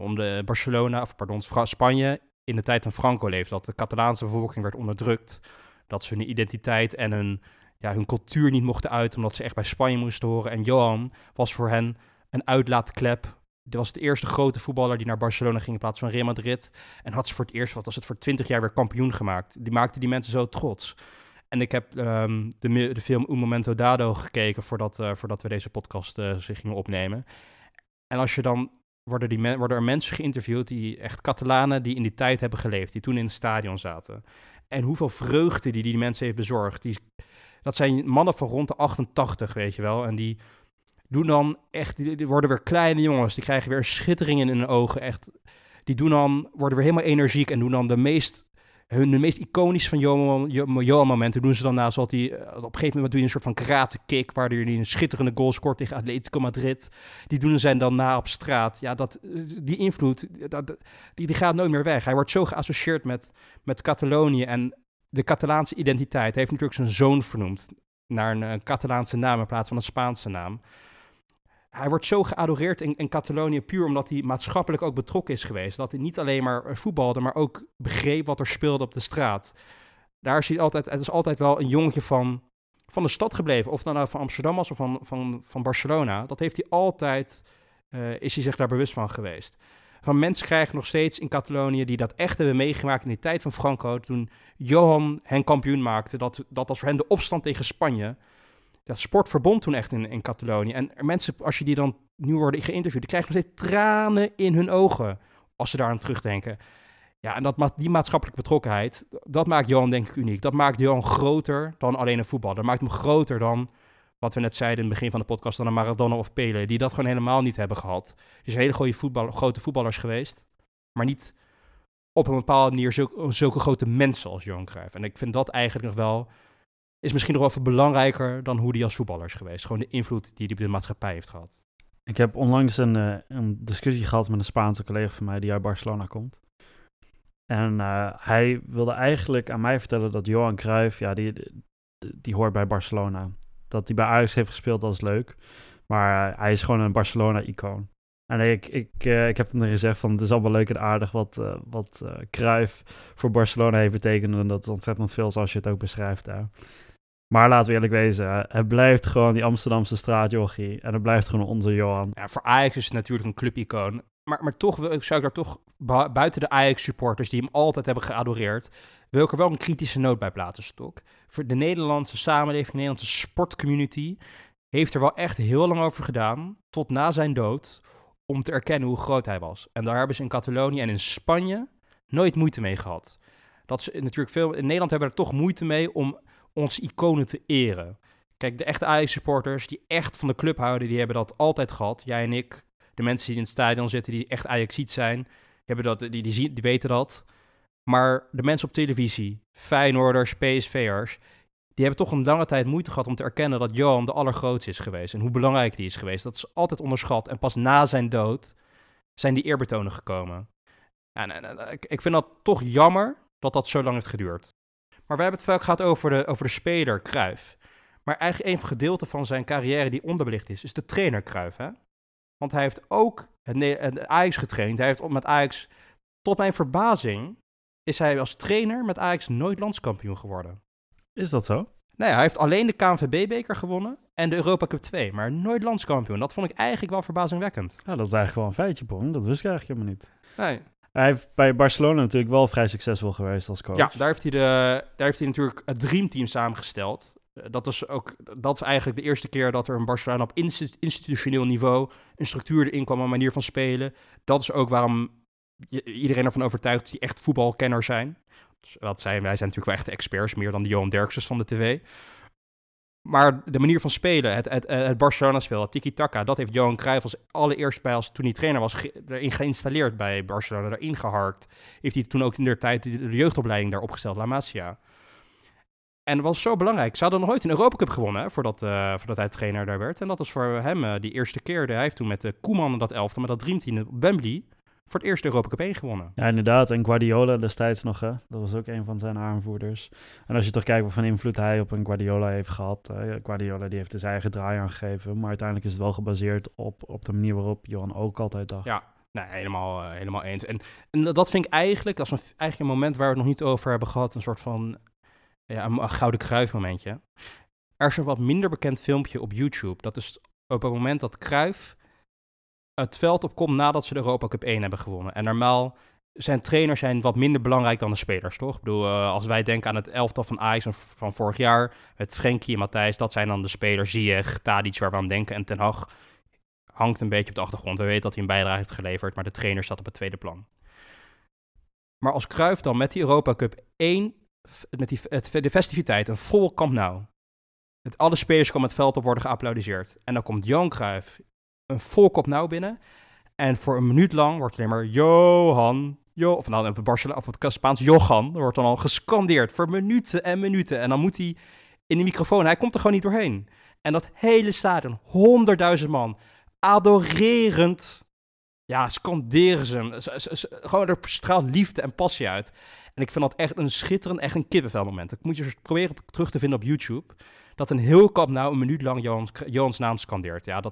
[SPEAKER 1] Spanje in de tijd van Franco leefde. Dat de Catalaanse bevolking werd onderdrukt. Dat ze hun identiteit en hun cultuur niet mochten uiten, omdat ze echt bij Spanje moesten horen. En Johan was voor hen een uitlaatklep. Hij was de eerste grote voetballer die naar Barcelona ging in plaats van Real Madrid. En had ze voor het eerst, voor 20 jaar weer kampioen gemaakt. Die maakte die mensen zo trots. En ik heb de film Un Momento Dado gekeken voordat we deze podcast zich gingen opnemen. En als je dan worden er mensen geïnterviewd, die echt Catalanen die in die tijd hebben geleefd, die toen in het stadion zaten. En hoeveel vreugde die mensen heeft bezorgd. Dat zijn mannen van rond de 88, weet je wel. En die doen dan echt, die worden weer kleine jongens, die krijgen weer een schittering in hun ogen, echt. Worden weer helemaal energiek en doen dan de meest iconische van Johan momenten doen ze dan na, zoals op een gegeven moment doe je een soort van karate-kick, waardoor hij een schitterende goal scoort tegen Atletico Madrid. Die doen ze dan na op straat. Ja, die invloed, die gaat nooit meer weg. Hij wordt zo geassocieerd met Catalonië en de Catalaanse identiteit. Hij heeft natuurlijk zijn zoon vernoemd naar een Catalaanse naam in plaats van een Spaanse naam. Hij wordt zo geadoreerd in Catalonië puur omdat hij maatschappelijk ook betrokken is geweest. Dat hij niet alleen maar voetbalde, maar ook begreep wat er speelde op de straat. Daar is hij altijd, het is altijd wel een jongetje van de stad gebleven. Of dan nou van Amsterdam was of van Barcelona. Dat heeft hij altijd, is hij zich daar bewust van geweest. Van mensen krijgen nog steeds in Catalonië die dat echt hebben meegemaakt in die tijd van Franco. Toen Johan hen kampioen maakte, dat was voor hen de opstand tegen Spanje. Dat sport verbond toen echt in Catalonië. En mensen, als je die dan nu worden geïnterviewd, die krijgen nog steeds tranen in hun ogen als ze daar aan terugdenken. Ja, en die maatschappelijke betrokkenheid, dat maakt Johan denk ik uniek. Dat maakt Johan groter dan alleen een voetballer. Dat maakt hem groter dan, wat we net zeiden in het begin van de podcast, dan een Maradona of Pelé, die dat gewoon helemaal niet hebben gehad. Die zijn hele grote voetballers geweest, maar niet op een bepaalde manier zulke grote mensen als Johan Cruijff. En ik vind dat eigenlijk nog wel, is misschien nog wel veel belangrijker dan hoe die als voetballer is geweest. Gewoon de invloed die hij op de maatschappij heeft gehad.
[SPEAKER 2] Ik heb onlangs een discussie gehad met een Spaanse collega van mij die uit Barcelona komt. En hij wilde eigenlijk aan mij vertellen dat Johan Cruijff, ja, die hoort bij Barcelona. Dat hij bij Ajax heeft gespeeld, dat is leuk. Maar hij is gewoon een Barcelona-icoon. En ik heb hem er gezegd van, het is allemaal leuk en aardig wat Cruijff voor Barcelona heeft betekend. En dat is ontzettend veel zoals je het ook beschrijft daar. Maar laten we eerlijk wezen, het blijft gewoon die Amsterdamse straatjochie. En het blijft gewoon onze Johan.
[SPEAKER 1] Ja, voor Ajax is het natuurlijk een clubicoon. Maar toch zou ik daar toch, buiten de Ajax-supporters die hem altijd hebben geadoreerd, wil ik er wel een kritische noot bij plaatsen, Stok. Voor de Nederlandse samenleving, de Nederlandse sportcommunity, heeft er wel echt heel lang over gedaan, tot na zijn dood, om te erkennen hoe groot hij was. En daar hebben ze in Catalonië en in Spanje nooit moeite mee gehad. Dat ze natuurlijk in Nederland hebben er toch moeite mee om onze iconen te eren. Kijk, de echte Ajax-supporters die echt van de club houden, die hebben dat altijd gehad. Jij en ik, de mensen die in het stadion zitten, die echt Ajaxiet zijn, die weten dat. Maar de mensen op televisie, Feyenoorders, PSV'ers, die hebben toch een lange tijd moeite gehad om te erkennen dat Johan de allergrootste is geweest. En hoe belangrijk die is geweest. Dat is altijd onderschat. En pas na zijn dood zijn die eerbetonen gekomen. En ik vind dat toch jammer dat dat zo lang heeft geduurd. Maar we hebben het vaak gehad over de speler Cruijff. Maar eigenlijk een gedeelte van zijn carrière die onderbelicht is de trainer Cruijff. Hè? Want hij heeft ook het Ajax getraind. Hij heeft met Ajax, tot mijn verbazing, is hij als trainer met Ajax nooit landskampioen geworden.
[SPEAKER 2] Is dat zo?
[SPEAKER 1] Nee, hij heeft alleen de KNVB-beker gewonnen en de Europa Cup 2, maar nooit landskampioen. Dat vond ik eigenlijk wel verbazingwekkend.
[SPEAKER 2] Ja, dat is eigenlijk wel een feitje, Pong. Dat wist ik eigenlijk helemaal niet.
[SPEAKER 1] Nee.
[SPEAKER 2] Hij heeft bij Barcelona natuurlijk wel vrij succesvol geweest als coach.
[SPEAKER 1] Ja, daar heeft hij natuurlijk het dreamteam samengesteld. Dat is eigenlijk de eerste keer dat er in Barcelona op institutioneel niveau een structuur erin kwam, een manier van spelen. Dat is ook waarom iedereen ervan overtuigd dat die echt voetbalkenners zijn. Dus wij zijn natuurlijk wel echte experts, meer dan de Johan Derksens van de tv. Maar de manier van spelen, het Barcelona-spel, het tiki-taka, dat heeft Johan Cruijff als allereerst toen hij trainer was, erin geïnstalleerd bij Barcelona, daarin geharkt. Heeft hij toen ook in der tijd de jeugdopleiding daar opgesteld, La Masia. En dat was zo belangrijk. Ze hadden nog nooit een Europa Cup gewonnen, hè, voordat hij trainer daar werd. En dat was voor hem die eerste keer. Hij heeft toen met Koeman en dat elftal, met dat dreamteam op Wembley, voor het eerst de Europa Cup 1 gewonnen.
[SPEAKER 2] Ja, inderdaad. En Guardiola destijds nog, hè. Dat was ook een van zijn aanvoerders. En als je toch kijkt wat voor invloed hij op een Guardiola heeft gehad. Guardiola die heeft zijn eigen draai aangegeven. Maar uiteindelijk is het wel gebaseerd op de manier waarop Johan ook altijd dacht.
[SPEAKER 1] Ja, nee, helemaal eens. En dat vind ik eigenlijk, dat is eigenlijk een moment waar we het nog niet over hebben gehad. Een soort van een Gouden Cruijff momentje. Er is een wat minder bekend filmpje op YouTube. Dat is op het moment dat Cruijff het veld opkomt nadat ze de Europa Cup 1 hebben gewonnen. En normaal zijn trainers zijn wat minder belangrijk dan de spelers, toch? Ik bedoel, als wij denken aan het elftal van Ajax van vorig jaar, met Frenkie en Matthijs, dat zijn dan de spelers, Ziyech, Tadic, waar we aan denken. En Ten Hag hangt een beetje op de achtergrond. We weten dat hij een bijdrage heeft geleverd, maar de trainer staat op het tweede plan. Maar als Cruyff dan met die Europa Cup 1, met de festiviteit, een vol Camp Nou, met alle spelers komen het veld op, worden geapplaudiseerd. En dan komt Johan Cruyff een vol Camp Nou binnen. En voor een minuut lang wordt alleen maar Johan, of nou op het Barcelona of het Spaans Johan, er wordt dan al gescandeerd voor minuten en minuten. En dan moet hij in de microfoon, hij komt er gewoon niet doorheen. En dat hele stadion, 100.000 man, adorerend, ja, scanderen ze hem. Gewoon er straalt liefde en passie uit. En ik vind dat echt een schitterend, echt een kippenvelmoment. Ik moet je dus proberen terug te vinden op YouTube. Dat een heel Camp Nou een minuut lang Johans naam scandeert. Ja,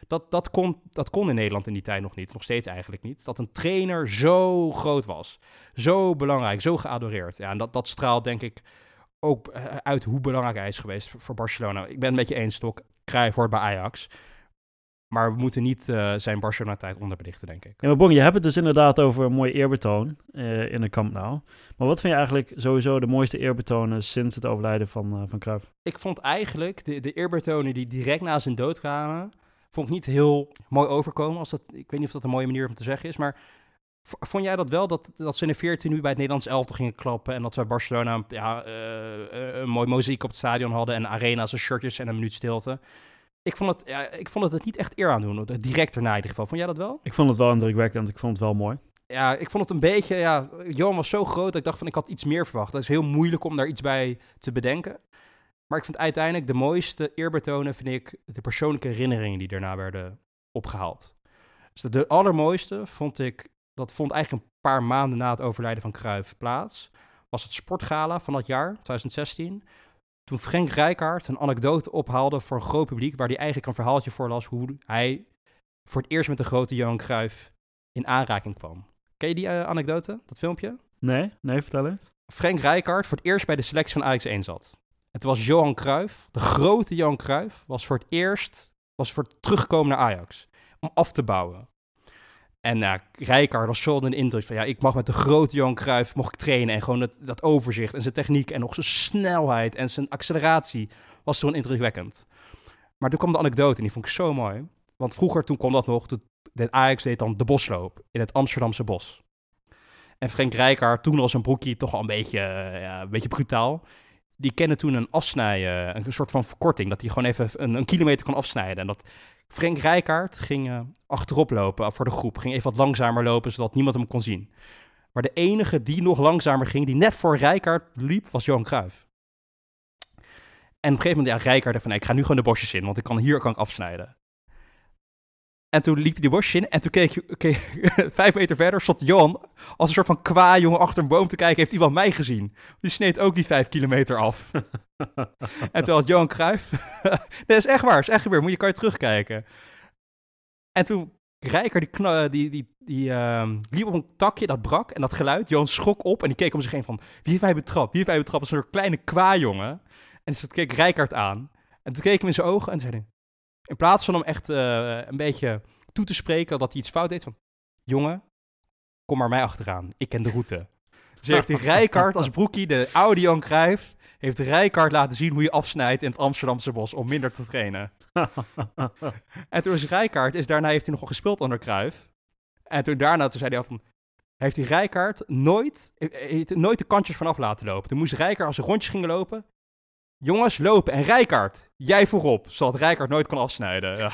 [SPEAKER 1] dat kon in Nederland in die tijd nog niet. Nog steeds eigenlijk niet. Dat een trainer zo groot was. Zo belangrijk, zo geadoreerd. Ja, en dat straalt denk ik ook uit hoe belangrijk hij is geweest voor Barcelona. Ik ben het met je eens, Stok. Cruyff hoort bij Ajax. Maar we moeten niet zijn Barcelona-tijd onderbelichten, denk ik.
[SPEAKER 2] Ja, maar Bong, je hebt het dus inderdaad over een mooi eerbetoon in de Camp Nou. Maar wat vind je eigenlijk sowieso de mooiste eerbetonen sinds het overlijden van Cruyff?
[SPEAKER 1] Ik vond eigenlijk de eerbetonen die direct na zijn dood kwamen, vond ik niet heel mooi overkomen. Ik weet niet of dat een mooie manier om te zeggen is, maar vond jij dat wel, dat ze in de 14 nu bij het Nederlands elftal gingen klappen en dat ze bij Barcelona een mooi mozaïek op het stadion hadden en arena's en shirtjes en een minuut stilte? Ik vond het niet echt eer aan doen, direct erna in ieder geval. Vond jij dat wel?
[SPEAKER 2] Ik vond het wel indrukwekkend, ik vond het wel mooi.
[SPEAKER 1] Ja, ik vond het een beetje, Johan was zo groot dat ik dacht van ik had iets meer verwacht. Dat is heel moeilijk om daar iets bij te bedenken. Maar ik vind uiteindelijk de mooiste eerbetonen, vind ik, de persoonlijke herinneringen die daarna werden opgehaald. Dus de allermooiste vond eigenlijk een paar maanden na het overlijden van Cruyff plaats, was het sportgala van dat jaar, 2016... Toen Frank Rijkaard een anekdote ophaalde voor een groot publiek, waar hij eigenlijk een verhaaltje voorlas hoe hij voor het eerst met de grote Johan Cruyff in aanraking kwam. Ken je die anekdote, dat filmpje?
[SPEAKER 2] Nee, vertel eens.
[SPEAKER 1] Frank Rijkaard voor het eerst bij de selectie van Ajax 1 zat. Het was Johan Cruyff, de grote Johan Cruyff, was voor het terugkomen naar Ajax, om af te bouwen. En Rijkaard was zo in de indruk van, ik mag met de grote Johan Cruyff mocht ik trainen. En gewoon dat overzicht en zijn techniek en nog zijn snelheid en zijn acceleratie was toen indrukwekkend. Maar toen kwam de anekdote en die vond ik zo mooi. Want vroeger, toen kon dat nog, de Ajax deed dan de bosloop in het Amsterdamse bos. En Frank Rijkaard, toen als een broekie toch al een beetje brutaal, die kende toen een afsnijden, een soort van verkorting, dat hij gewoon even een kilometer kon afsnijden. En dat Frank Rijkaard ging achterop lopen voor de groep. Ging even wat langzamer lopen, zodat niemand hem kon zien. Maar de enige die nog langzamer ging, die net voor Rijkaard liep, was Johan Cruyff. En op een gegeven moment, Rijkaard dacht van, ik ga nu gewoon de bosjes in, want hier kan ik afsnijden. En toen liep hij de bosjes in en toen keek 5 meter verder, stond Johan als een soort van kwajongen achter een boom te kijken. Heeft iemand mij gezien? Die sneed ook die 5 kilometer af. En toen had Johan Cruyff... dat is echt waar, is echt gebeurd. Kan je terugkijken. En toen Rijkaard die liep op een takje, dat brak en dat geluid. Johan schrok op en die keek om zich heen van, wie heeft mij betrapt? Wie heeft mij betrapt? Een soort kleine kwajongen. En toen keek Rijkaard aan. En toen keek ik hem in zijn ogen en zei hij, in plaats van hem echt een beetje toe te spreken dat hij iets fout deed, van, jongen, kom maar mij achteraan. Ik ken de route. Dus heeft hij Rijkaard als broekie, de oude Johan Cruyff, heeft Rijkaard laten zien hoe je afsnijdt in het Amsterdamse bos om minder te trainen. En toen is Rijkaard, daarna heeft hij nog gespeeld onder Cruyff. En toen zei hij van, heeft hij Rijkaard nooit de kantjes vanaf laten lopen. Toen moest Rijkaard, als ze rondjes gingen lopen, jongens, lopen. En Rijkaard, jij voorop, zodat Rijkaard nooit kon afsnijden.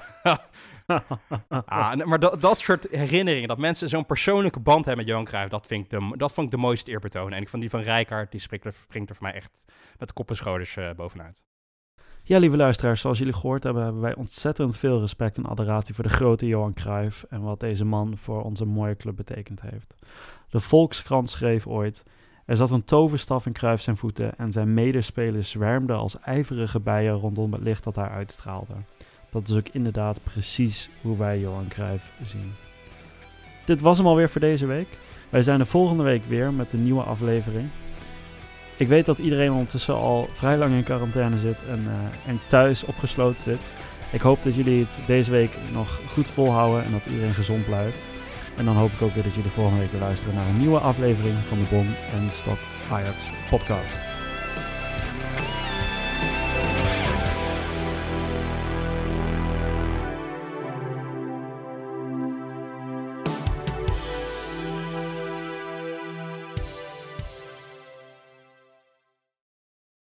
[SPEAKER 1] Maar dat soort herinneringen, dat mensen zo'n persoonlijke band hebben met Johan Cruyff, dat vond ik de mooiste eerbetoon. En ik vond die van Rijkaard, die springt er voor mij echt met de kop en schouders bovenuit.
[SPEAKER 2] Ja, lieve luisteraars, zoals jullie gehoord hebben, hebben wij ontzettend veel respect en adoratie voor de grote Johan Cruyff en wat deze man voor onze mooie club betekend heeft. De Volkskrant schreef ooit: er zat een toverstaf in Cruyff zijn voeten en zijn medespelers zwermden als ijverige bijen rondom het licht dat hij uitstraalde. Dat is ook inderdaad precies hoe wij Johan Cruyff zien. Dit was hem alweer voor deze week. Wij zijn er volgende week weer met een nieuwe aflevering. Ik weet dat iedereen ondertussen al vrij lang in quarantaine zit en thuis opgesloten zit. Ik hoop dat jullie het deze week nog goed volhouden en dat iedereen gezond blijft. En dan hoop ik ook weer dat jullie volgende week weer luisteren naar een nieuwe aflevering van de Bong en Stok Ajax podcast.